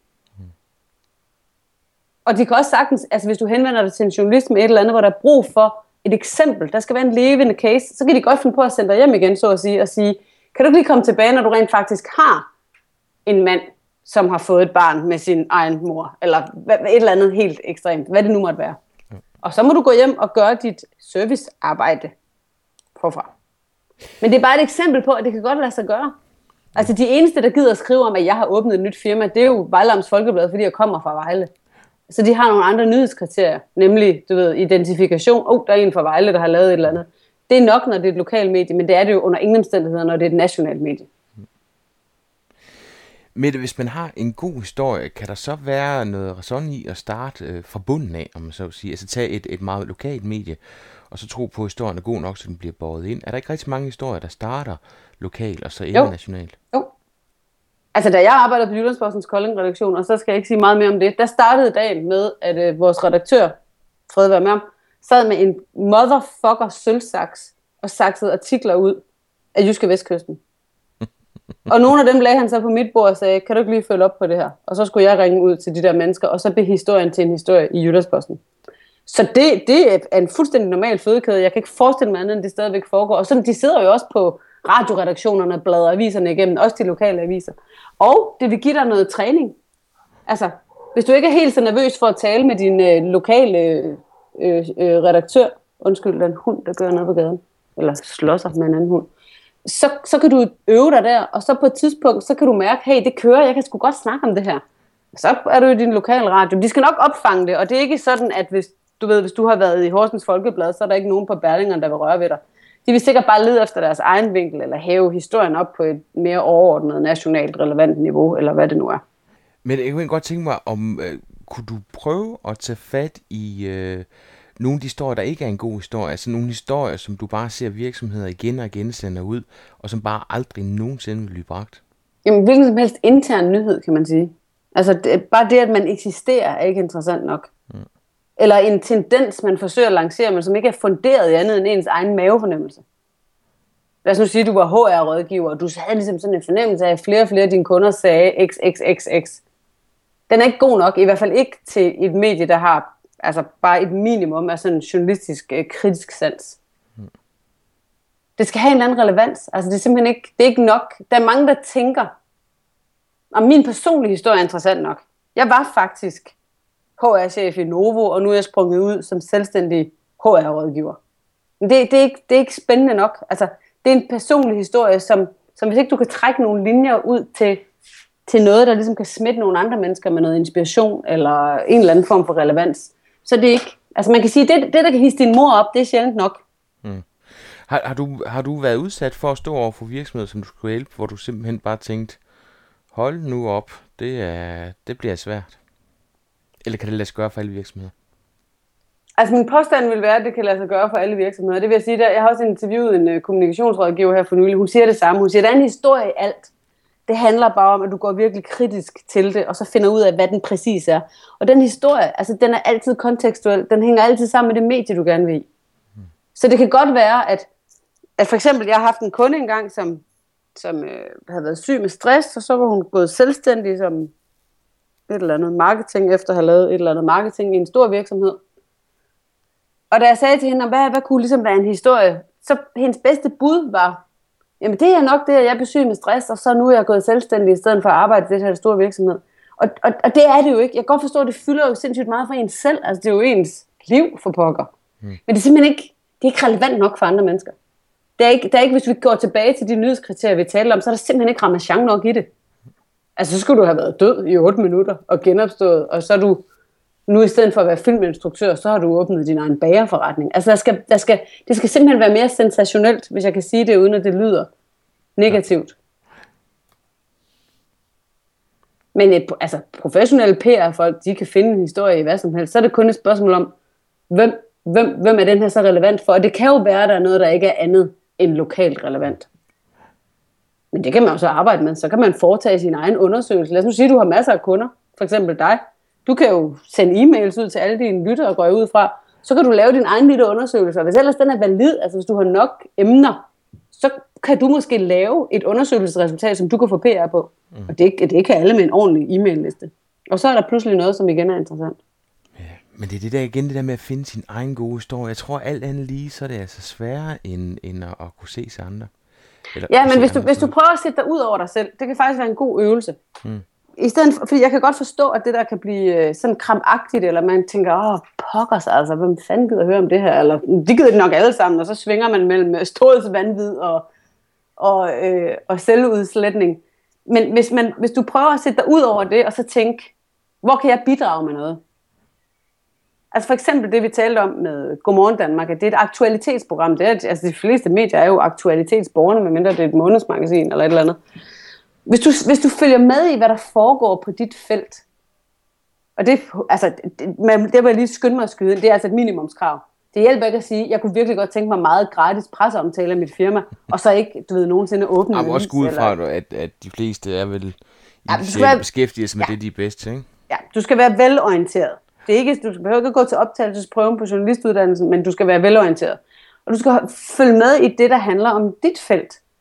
Og de kan også sagtens, altså hvis du henvender dig til en journalist med et eller andet, hvor der er brug for et eksempel, der skal være en levende case, så kan de godt finde på at sende dig hjem igen, så at sige, og sige, kan du ikke lige komme tilbage, når du rent faktisk har en mand, som har fået et barn med sin egen mor, eller et eller andet helt ekstremt, hvad det nu måtte være. Ja. Og så må du gå hjem og gøre dit servicearbejde forfra. Men det er bare et eksempel på, at det kan godt lade sig gøre. Altså de eneste, der gider at skrive om, at jeg har åbnet et nyt firma, det er jo Vejle Amts Folkeblad, fordi jeg kommer fra Vejle. Så de har nogle andre nyhedskriterier, nemlig, du ved, identifikation. Åh, oh, der er en fra Vejle, der har lavet et eller andet. Det er nok, når det er et lokalt medie, men det er det jo under ingen omstændigheder, når det er et nationalt medie. Mette, hvis man har en god historie, kan der så være noget ræson i at starte øh, fra bunden af, om man så vil sige, altså tage et, et meget lokalt medie, og så tro på, at historien er god nok, så den bliver båret ind. Er der ikke rigtig mange historier, der starter lokalt og så ender nationalt? Jo. Altså, da jeg arbejdede på Jyllandspostens Kolding-redaktion, og så skal jeg ikke sige meget mere om det, der startede dagen med, at øh, vores redaktør, Fred Værmærm, sad med en motherfucker sølvsaks og saksede artikler ud af Jyske Vestkysten. Og nogle af dem lagde han så på mit bord og sagde, kan du ikke lige følge op på det her? Og så skulle jeg ringe ud til de der mennesker, og så blev historien til en historie i Jyllandsposten. Så det, det er en fuldstændig normal fødekæde. Jeg kan ikke forestille mig andet, end det stadigvæk foregår. Og sådan, de sidder jo også på radioredaktionerne og bladrer aviserne igennem, også de lokale aviser. Og det vil give dig noget træning. Altså, hvis du ikke er helt så nervøs for at tale med din øh, lokale øh, øh, redaktør, undskyld, den hund, der gør noget på gaden, eller slår sig med en anden hund, så, så kan du øve dig der, og så på et tidspunkt, så kan du mærke, hey, det kører, jeg kan sgu godt snakke om det her. Så er du i din lokale radio. De skal nok opfange det, og det er ikke sådan, at hvis du ved, hvis du har været i Horsens Folkeblad, så er der ikke nogen på Berlingeren, der vil røre ved dig. De vil sikkert bare lede efter deres egen vinkel, eller hæve historien op på et mere overordnet, nationalt relevant niveau, eller hvad det nu er. Men jeg kunne godt tænke mig, om øh, kunne du prøve at tage fat i øh, nogle af de historier, der ikke er en god historie, altså nogle historier, som du bare ser virksomheder igen og igen sender ud, og som bare aldrig nogensinde vil blive bragt? Jamen, hvilken som helst intern nyhed, kan man sige. Altså, det, bare det, at man eksisterer, er ikke interessant nok. Mm. Eller en tendens, man forsøger at lancere, men som ikke er funderet i andet end ens egen mavefornemmelse. Lad os nu sige, at du var H R-rådgiver, og du havde ligesom sådan en fornemmelse af, at flere og flere af dine kunder sagde X X X X. Den er ikke god nok, i hvert fald ikke til et medie, der har altså bare et minimum af sådan en journalistisk øh, kritisk sans. Mm. Det skal have en eller anden relevans. Altså det er simpelthen ikke, det er ikke nok. Der er mange, der tænker, om min personlige historie er interessant nok. Jeg var faktisk H R-chef i Novo, og nu er jeg sprunget ud som selvstændig H R-rådgiver. Men det, det, er ikke, det er ikke spændende nok. Altså, det er en personlig historie, som, som hvis ikke du kan trække nogle linjer ud til, til noget, der ligesom kan smitte nogle andre mennesker med noget inspiration, eller en eller anden form for relevans, så det er ikke... Altså man kan sige, det, det der kan hisse din mor op, det er sjældent nok. Hmm. Har, har, du, har du været udsat for at stå over for virksomheder, som du skulle hjælpe, hvor du simpelthen bare tænkte, hold nu op, det, er, det bliver svært? Eller kan det lade sig gøre for alle virksomheder? Altså min påstand vil være, at det kan lade sig gøre for alle virksomheder. Det vil jeg sige, der, jeg har også interviewet en uh, kommunikationsrådgiver her for nylig. Hun siger det samme. Hun siger, at der er en historie i alt. Det handler bare om, at du går virkelig kritisk til det, og så finder ud af, hvad den præcis er. Og den historie, altså den er altid kontekstuel. Den hænger altid sammen med det medie, du gerne vil i. Hmm. Så det kan godt være, at, at for eksempel, jeg har haft en kunde engang, som, som øh, havde været syg med stress, og så var hun gået selvstændig som et eller andet marketing, efter at have lavet et eller andet marketing i en stor virksomhed. Og da jeg sagde til hende, hvad, hvad kunne ligesom være en historie, så hendes bedste bud var, jamen det er nok det, at jeg blev syg med stress, og så nu er jeg gået selvstændig i stedet for at arbejde i det her store virksomhed. Og, og, og det er det jo ikke. Jeg kan godt forstå, at det fylder jo sindssygt meget for ens selv. Altså det er jo ens liv for pokker. Mm. Men det er simpelthen ikke, det er ikke relevant nok for andre mennesker. Det er ikke, det er ikke, hvis vi går tilbage til de nyhedskriterier, vi talte om, så er der simpelthen ikke ramachan nok i det. Altså så skulle du have været død i otte minutter og genopstået, og så er du nu i stedet for at være filminstruktør, så har du åbnet din egen bagerforretning. Altså der skal, der skal, det skal simpelthen være mere sensationelt, hvis jeg kan sige det, uden at det lyder negativt. Men et, altså, professionelle P R-folk, de kan finde en historie i hvad som helst. Så er det kun et spørgsmål om, hvem, hvem, hvem er den her så relevant for? Og det kan jo være, at der er noget, der ikke er andet end lokalt relevant. Men det kan man jo så arbejde med. Så kan man foretage sin egen undersøgelse. Lad os nu sige, at du har masser af kunder. For eksempel dig. Du kan jo sende e-mails ud til alle dine lyttere og gå ud fra. Så kan du lave din egen lille undersøgelse. Og hvis ellers den er valid, altså hvis du har nok emner, så kan du måske lave et undersøgelsesresultat, som du kan få P R på. Mm. Og det, det kan alle med en ordentlig e-mail-liste. Og så er der pludselig noget, som igen er interessant. Ja, men det er det der igen, det der med at finde sin egen gode historie. Jeg tror alt andet lige, så er det altså sværere, end, end at, at kunne se sig andre. Eller ja, men hvis du, hvis du prøver at sætte dig ud over dig selv, det kan faktisk være en god øvelse. Mm. I stedet for, fordi jeg kan godt forstå, at det der kan blive sådan kramagtigt, eller man tænker, åh, pokkers altså, hvem fanden gider høre om det her? Eller de gider det nok alle sammen, og så svinger man mellem storhedsvanvid og, og, øh, og selvudslætning. Men hvis, man, hvis du prøver at sætte dig ud over det, og så tænke, hvor kan jeg bidrage med noget? Altså for eksempel det, vi talte om med Godmorgen Danmark, at det er et aktualitetsprogram. Det er, altså de fleste medier er jo aktualitetsborgerne, medmindre det er et månedsmagasin eller et eller andet. Hvis du, hvis du følger med i, hvad der foregår på dit felt, og det, altså, det, man, det vil jeg lige skynde mig at skyde, det er altså et minimumskrav. Det hjælper ikke at sige, jeg kunne virkelig godt tænke mig meget gratis presseomtale af mit firma, og så ikke, du ved, nogensinde åbne en avis. Også ud fra, eller... at, at de fleste er vel ja, være... beskæftiget sig med ja. det, de er bedst til, ikke? Ja, du skal være velorienteret. Det er ikke, du behøver ikke gå til optagelsesprøven på journalistuddannelsen, men du skal være velorienteret. Og du skal følge med i det, der handler om dit felt.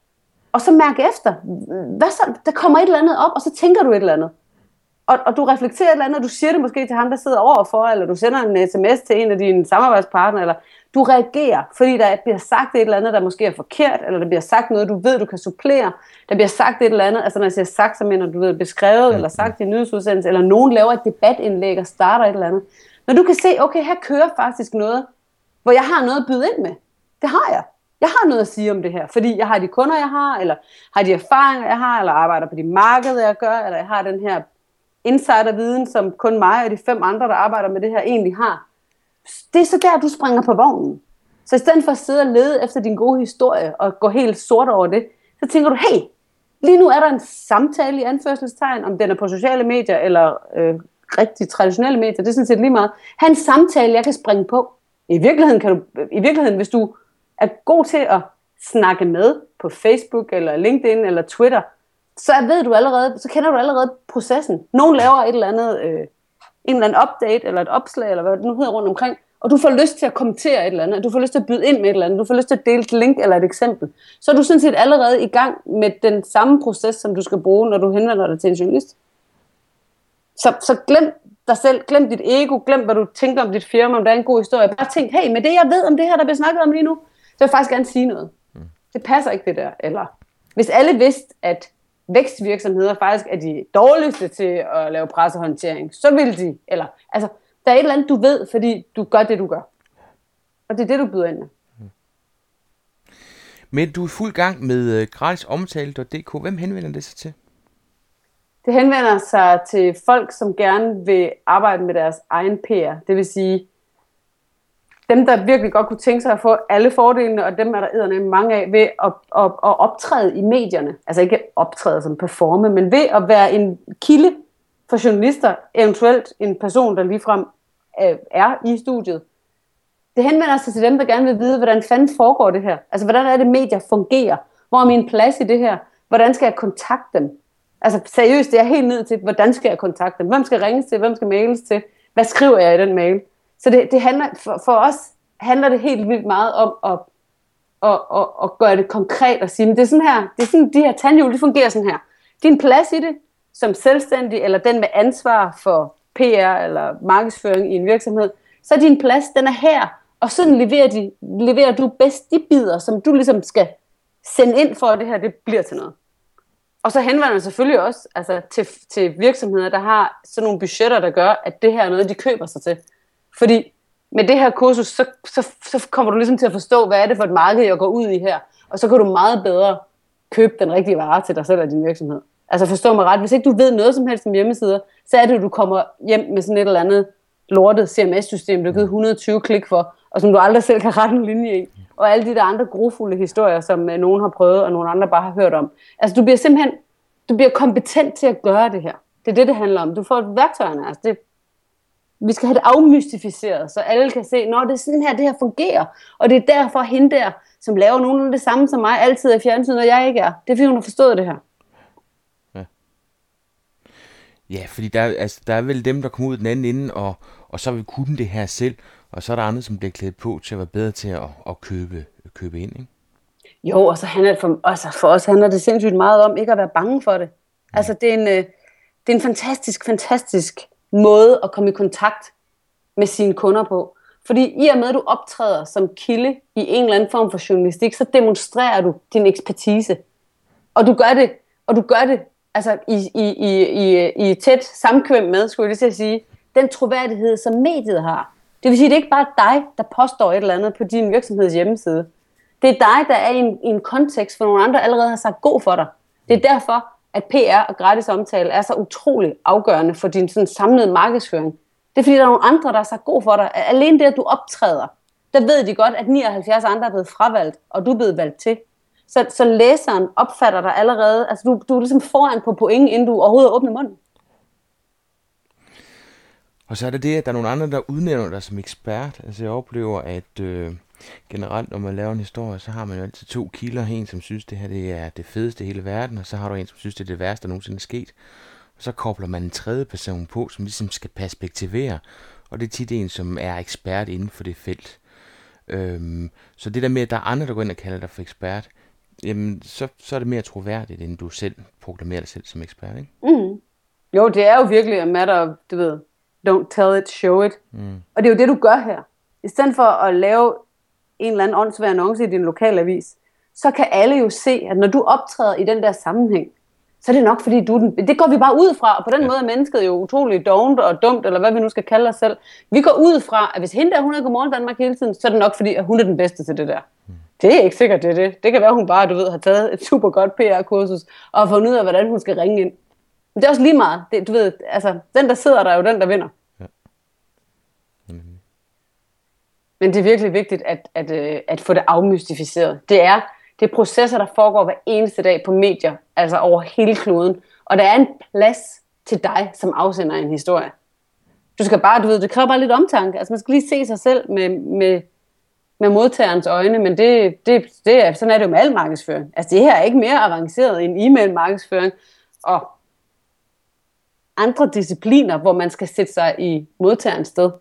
Og så mærk efter, hvad så? Der kommer et eller andet op, og så tænker du et eller andet. Og, og du reflekterer et eller andet, og du siger det måske til ham, der sidder overfor, eller du sender en sms til en af dine samarbejdspartnere, eller du reagerer, fordi der bliver sagt et eller andet, der måske er forkert, eller der bliver sagt noget, du ved, du kan supplere. Der bliver sagt et eller andet, altså når jeg siger sagt, så mener du ved, beskrevet, eller sagt i en nyhedsudsendelse, eller nogen laver et debatindlæg og starter et eller andet. Når du kan se, okay, her kører faktisk noget, hvor jeg har noget at byde ind med. Det har jeg. Jeg har noget at sige om det her, fordi jeg har de kunder, jeg har, eller har de erfaringer, jeg har, eller arbejder på de markeder, jeg gør, eller jeg har den her insiderviden, som kun mig og de fem andre, der arbejder med det her, egentlig har. Det er så der, du springer på vognen. Så i stedet for at sidde og lede efter din gode historie, og gå helt sort over det, så tænker du, hey, lige nu er der en samtale i anførselstegn, om den er på sociale medier, eller øh, rigtig traditionelle medier, det er sådan set lige meget. Ha' en samtale, jeg kan springe på. I virkeligheden, kan du, i virkeligheden, hvis du er god til at snakke med på Facebook, eller LinkedIn, eller Twitter, så ved du allerede, så kender du allerede processen. Nogen laver et eller andet, øh, en eller anden update, eller et opslag, eller hvad det nu hedder rundt omkring, og du får lyst til at kommentere et eller andet, du får lyst til at byde ind med et eller andet, du får lyst til at dele et link eller et eksempel. Så er du sådan set allerede i gang med den samme proces, som du skal bruge, når du henvender dig til en journalist. Så, så glem dig selv, glem dit ego, glem hvad du tænker om dit firma, om der er en god historie. Bare tænk, hey, med det jeg ved om det her, der bliver snakket om lige nu, så vil jeg faktisk gerne sige noget. Det passer ikke det der. Eller hvis alle vidste, at vækstvirksomheder faktisk er de dårligste til at lave pressehåndtering, så vil de, eller, altså, der er et eller andet, du ved, fordi du gør det, du gør. Og det er det, du byder ind med. Men du er i fuld gang med gratis omtale punktum d k. Hvem henvender det sig til? Det henvender sig til folk, som gerne vil arbejde med deres egen P R. Det vil sige, dem, der virkelig godt kunne tænke sig at få alle fordelene, og dem er der eddernemlig mange af, ved at, at, at optræde i medierne. Altså ikke optræde som performe, men ved at være en kilde for journalister, eventuelt en person, der ligefrem er i studiet. Det henvender sig til dem, der gerne vil vide, hvordan fanden foregår det her. Altså, hvordan er det, medier fungerer? Hvor er min plads i det her? Hvordan skal jeg kontakte dem? Altså, seriøst, det er helt ned til, hvordan skal jeg kontakte dem? Hvem skal ringes til? Hvem skal mailes til? Hvad skriver jeg i den mail? Så det, det handler, for, for os handler det helt vildt meget om at, at, at, at gøre det konkret og sige, men det er sådan her, det er sådan, de her tandhjul, de fungerer sådan her. Din plads i det, som selvstændig, eller den med ansvar for P R eller markedsføring i en virksomhed, så er din plads, den er her, og sådan leverer, de, leverer du bedst de bidder, som du ligesom skal sende ind for, at det her det bliver til noget. Og så henvender man selvfølgelig også altså, til, til virksomheder, der har sådan nogle budgetter, der gør, at det her er noget, de køber sig til. Fordi med det her kursus, så, så, så kommer du ligesom til at forstå, hvad er det for et marked, jeg går ud i her. Og så kan du meget bedre købe den rigtige vare til dig selv og din virksomhed. Altså forstå mig ret, hvis ikke du ved noget som helst om hjemmesider, så er det, at du kommer hjem med sådan et eller andet lortet C M S-system, du har givet et hundrede og tyve klik for, og som du aldrig selv kan rette en linje i. Og alle de der andre grufulde historier, som nogen har prøvet, og nogen andre bare har hørt om. Altså du bliver simpelthen, du bliver kompetent til at gøre det her. Det er det, det handler om. Du får værktøjerne. Altså, det, vi skal have det afmystificeret, så alle kan se, at det er sådan her, det her fungerer. Og det er derfor hende der, som laver nogenlunde det samme som mig, altid er fjernsynet, og jeg ikke er. Det er fordi, hun har forstået det her. Ja, ja fordi der, altså, der er vel dem, der kommer ud den anden ende, og, og så vil kunne det her selv, og så er der andre, som bliver klædt på til at være bedre til at, at købe, købe ind, ikke? Jo, og så handler det for, altså for os handler det sindssygt meget om ikke at være bange for det. Mm. Altså det er en, det er en fantastisk, fantastisk måde at komme i kontakt med sine kunder på. Fordi i og med, at du optræder som kilde i en eller anden form for journalistik, så demonstrerer du din ekspertise. Og du gør det, og du gør det altså i, i, i, i, i tæt samkvem med, skulle jeg lige til at sige, den troværdighed, som mediet har. Det vil sige, det er ikke bare dig, der påstår et eller andet på din virksomheds hjemmeside. Det er dig, der er i en, i en kontekst, hvor nogle andre allerede har sagt god for dig. Det er derfor, at P R og gratis omtale er så utrolig afgørende for din sådan, samlede markedsføring. Det er fordi, der er nogle andre, der har sagt god for dig. Alene det, at du optræder, der ved de godt, at nioghalvfjerds andre er blevet fravalgt, og du er blevet valgt til. Så, så læseren opfatter dig allerede, altså du, du er ligesom foran på point, inden du overhovedet åbner munden. Og så er det det, at der er nogle andre, der udnævner dig som ekspert. Altså jeg oplever, at øh, generelt, når man laver en historie, så har man jo altid to kilder. En, som synes, det her det er det fedeste i hele verden, og så har du en, som synes, det er det værste, der nogensinde er sket. Og så kobler man en tredje person på, som ligesom skal perspektivere, og det er tit en, som er ekspert inden for det felt. Øhm, så det der med, at der er andre, der går ind og kalder dig for ekspert, jamen så, så er det mere troværdigt, end du selv proklamerer dig selv som ekspert, ikke? Mm. Jo, det er jo virkelig en matter of, du ved, don't tell it, show it. Mm. Og det er jo det, du gør her. I stedet for at lave en eller anden åndssvær annonce i din lokalavis, så kan alle jo se, at når du optræder i den der sammenhæng, så er det nok, fordi du er den... Det går vi bare ud fra, og på den ja. måde er mennesket jo utroligt dovent og dumt, eller hvad vi nu skal kalde os selv. Vi går ud fra, at hvis hende der, hun er Godmorgen Danmark hele tiden, så er det nok, fordi at hun er den bedste til det der. Mm. Det er ikke sikkert, det er det. Det kan være, at hun bare, du ved, har taget et super godt P R-kursus, og har fundet ud af, hvordan hun skal ringe ind. Men det er også lige meget. Det, du ved, altså, den der sidder der er jo den, der vinder. Ja. Mm. Men det er virkelig vigtigt, at, at, at, at få det afmystificeret. Det er... Det er processer, der foregår hver eneste dag på medier, altså over hele kloden. Og der er en plads til dig, som afsender en historie. Du skal bare, du ved, det kræver bare lidt omtanke. Altså man skal lige se sig selv med, med, med modtagerens øjne, men det, det, det er, sådan er det jo med al markedsføring. Altså det her er ikke mere avanceret end e-mail markedsføring og andre discipliner, hvor man skal sætte sig i modtagerens sted.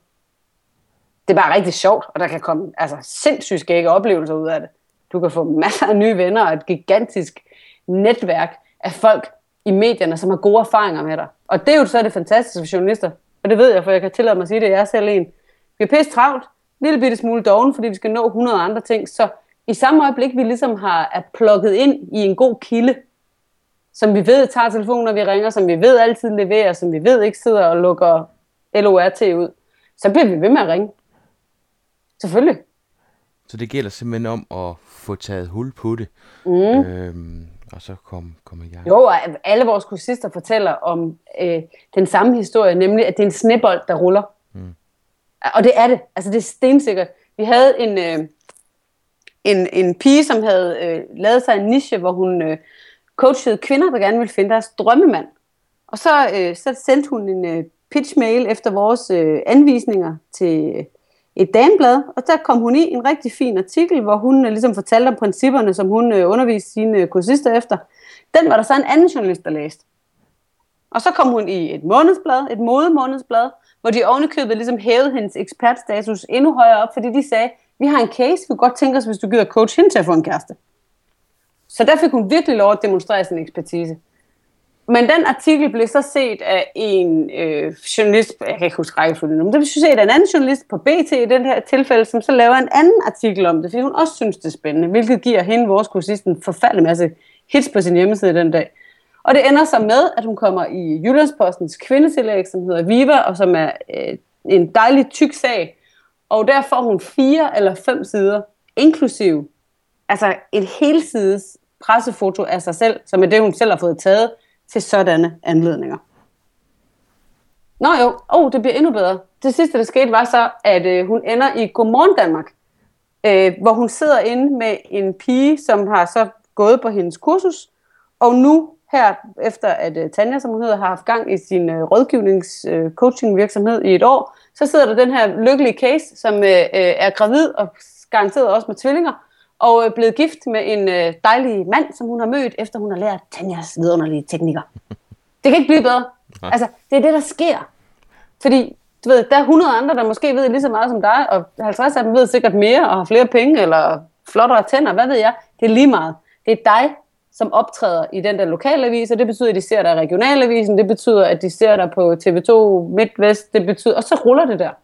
Det er bare rigtig sjovt, og der kan komme altså, sindssygt skægge oplevelser ud af det. Du kan få masser af nye venner og et gigantisk netværk af folk i medierne, som har gode erfaringer med dig. Og det er jo så det fantastiske for journalister. Og det ved jeg, for jeg kan tillade mig at sige det, jeg er selv en. Vi er pisse travlt, lille bitte smule doven, fordi vi skal nå hundrede andre ting. Så i samme øjeblik, vi ligesom har, er plukket ind i en god kilde, som vi ved tager telefonen, når vi ringer, som vi ved altid leverer, som vi ved ikke sidder og lukker L O R T ud, så bliver vi ved med at ringe. Selvfølgelig. Så det gælder simpelthen om at få taget hul på det, mm. øhm, og så komme kom i gang. Jo, og alle vores kursister fortæller om øh, den samme historie, nemlig at det er en snebold, der ruller. Mm. Og det er det. Altså det er stensikkert. Vi havde en, øh, en, en pige, som havde øh, lavet sig en niche, hvor hun øh, coachede kvinder, der gerne ville finde deres drømmemand. Og så, øh, så sendte hun en øh, pitch-mail efter vores øh, anvisninger til... Øh, et dameblad, og der kom hun i en rigtig fin artikel, hvor hun uh, ligesom fortalte om principperne, som hun uh, underviste sine uh, kursister efter. Den var der så en anden journalist, der læste. Og så kom hun i et månedsblad, et modemånedsblad, hvor de ovenikøbet ligesom hævede hendes ekspertstatus endnu højere op, fordi de sagde, vi har en case, vi kunne godt tænke os, hvis du gider coach hende til at få en kæreste. Så der fik hun virkelig lov at demonstrere sin ekspertise. Men den artikel blev så set af en øh, journalist, jeg kan ikke huske rækkefølgen, men det blev set af en anden journalist på B T i den her tilfælde, som så laver en anden artikel om det, fordi hun også synes, det er spændende, hvilket giver hende, vores kursist, en forfærdelig masse hits på sin hjemmeside den dag. Og det ender så med, at hun kommer i Jyllandspostens kvindetillæg, som hedder Viva, og som er øh, en dejlig tyk sag, og der får hun fire eller fem sider, inklusive altså et helsides pressefoto af sig selv, som er det, hun selv har fået taget, til sådanne anledninger. Nå jo, oh, det bliver endnu bedre. Det sidste, der skete, var så, at øh, hun ender i Godmorgen Danmark, øh, hvor hun sidder inde med en pige, som har så gået på hendes kursus, og nu her, efter at øh, Tanja, som hun hedder, har haft gang i sin øh, rådgivnings-coaching-virksomhed øh, i et år, så sidder der den her lykkelige case, som øh, øh, er gravid og garanteret også med tvillinger, og er blevet gift med en øh, dejlig mand, som hun har mødt, efter hun har lært Tanjas vidunderlige teknikker. Det kan ikke blive bedre. Altså, det er det, der sker. Fordi, du ved, der er hundrede andre, der måske ved lige så meget som dig, og halvtreds af dem ved sikkert mere, og har flere penge, eller flottere tænder, hvad ved jeg. Det er lige meget. Det er dig, som optræder i den der lokalavis, og det betyder, at de ser dig i regionalavisen, det betyder, at de ser dig på T V to MidtVest, det betyder, og så ruller det der.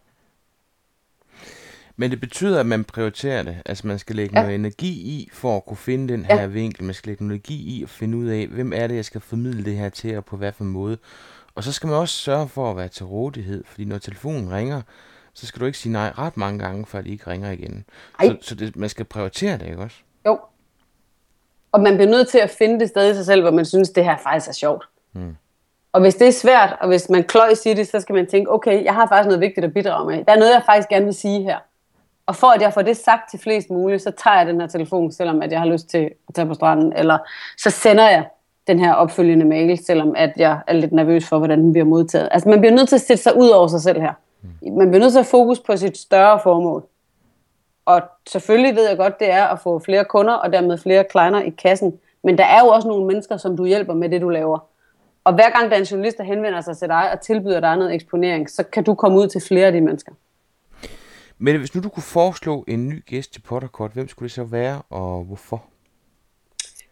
Men det betyder, at man prioriterer det. Altså man skal lægge ja. noget energi i, for at kunne finde den her ja. vinkel. Man skal lægge noget energi i at finde ud af, hvem er det, jeg skal formidle det her til, og på hvad for en måde. Og så skal man også sørge for at være til rådighed, fordi når telefonen ringer, så skal du ikke sige nej ret mange gange, før de ikke ringer igen. Ej. Så, så det, man skal prioritere det, ikke også? Jo. Og man bliver nødt til at finde det sted i sig selv, hvor man synes, det her faktisk er sjovt. Hmm. Og hvis det er svært, og hvis man kløjs i det, så skal man tænke, okay, jeg har faktisk noget vigtigt at bidrage med. Der er noget, jeg faktisk gerne vil sige her. Og for at jeg får det sagt til flest muligt, så tager jeg den her telefon, selvom at jeg har lyst til at tage på stranden. Eller så sender jeg den her opfølgende mail, selvom at jeg er lidt nervøs for, hvordan den bliver modtaget. Altså man bliver nødt til at sætte sig ud over sig selv her. Man bliver nødt til at fokus på sit større formål. Og selvfølgelig ved jeg godt, det er at få flere kunder, og dermed flere kleiner i kassen. Men der er jo også nogle mennesker, som du hjælper med det, du laver. Og hver gang der er en journalist, der henvender sig til dig og tilbyder dig noget eksponering, så kan du komme ud til flere af de mennesker. Men hvis nu du kunne foreslå en ny gæst til Potterkort, hvem skulle det så være, og hvorfor?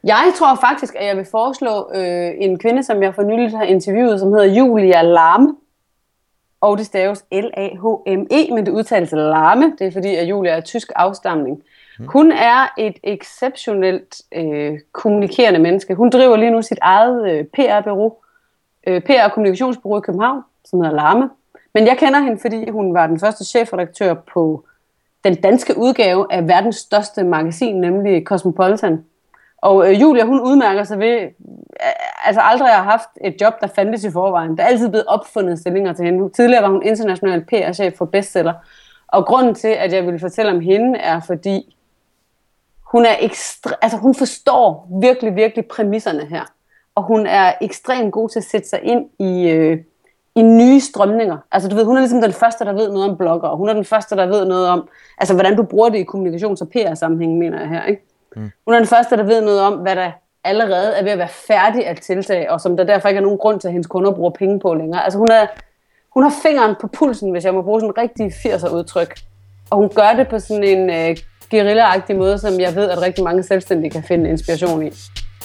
Jeg tror faktisk, at jeg vil foreslå øh, en kvinde, som jeg for nylig har interviewet, som hedder Julia Lahme. Og det staves L A H M E, men det udtales Lahme. Det er fordi, at Julia er tysk afstamning. Hun er et exceptionelt øh, kommunikerende menneske. Hun driver lige nu sit eget øh, P R-bureau, øh, P R- og kommunikationsbureau i København, som hedder Lahme. Men jeg kender hende, fordi hun var den første chefredaktør på den danske udgave af verdens største magasin, nemlig Cosmopolitan. Og øh, Julia, hun udmærker sig ved, øh, altså aldrig har haft et job, der fandtes i forvejen. Der er altid blevet opfundet stillinger til hende. Tidligere var hun international P R-chef for bestseller. Og grunden til, at jeg vil fortælle om hende, er fordi, hun er ekstre, altså hun forstår virkelig, virkelig præmisserne her. Og hun er ekstremt god til at sætte sig ind i, øh, i nye strømninger. Altså du ved, hun er ligesom den første, der ved noget om blogger, og hun er den første, der ved noget om, altså hvordan du bruger det i kommunikations- og P R-sammenhæng, mener jeg her, ikke? Mm. Hun er den første, der ved noget om, hvad der allerede er ved at være færdig at tiltage, og som der derfor ikke er nogen grund til, at hendes kunder bruger penge på længere. Altså hun, er, hun har fingeren på pulsen, hvis jeg må bruge sådan en rigtig firser udtryk. Og hun gør det på sådan en øh, guerilla-agtig måde, som jeg ved, at rigtig mange selvstændige kan finde inspiration i.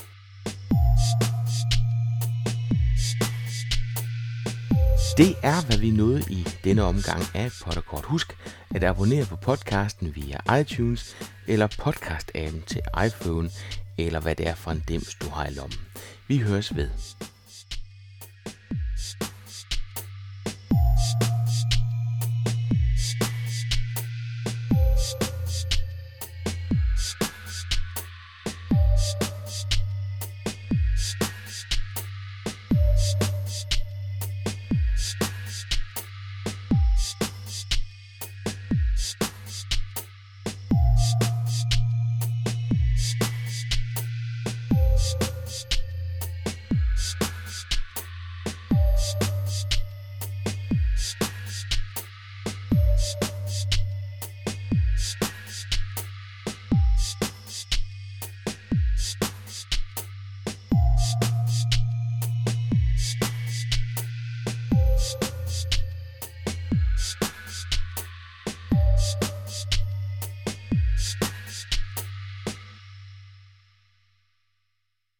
Det er, hvad vi nåede i denne omgang af Potterkort. Husk at abonnere på podcasten via iTunes eller podcast-appen til iPhone, eller hvad det er for en dims, du har i lommen. Vi høres ved.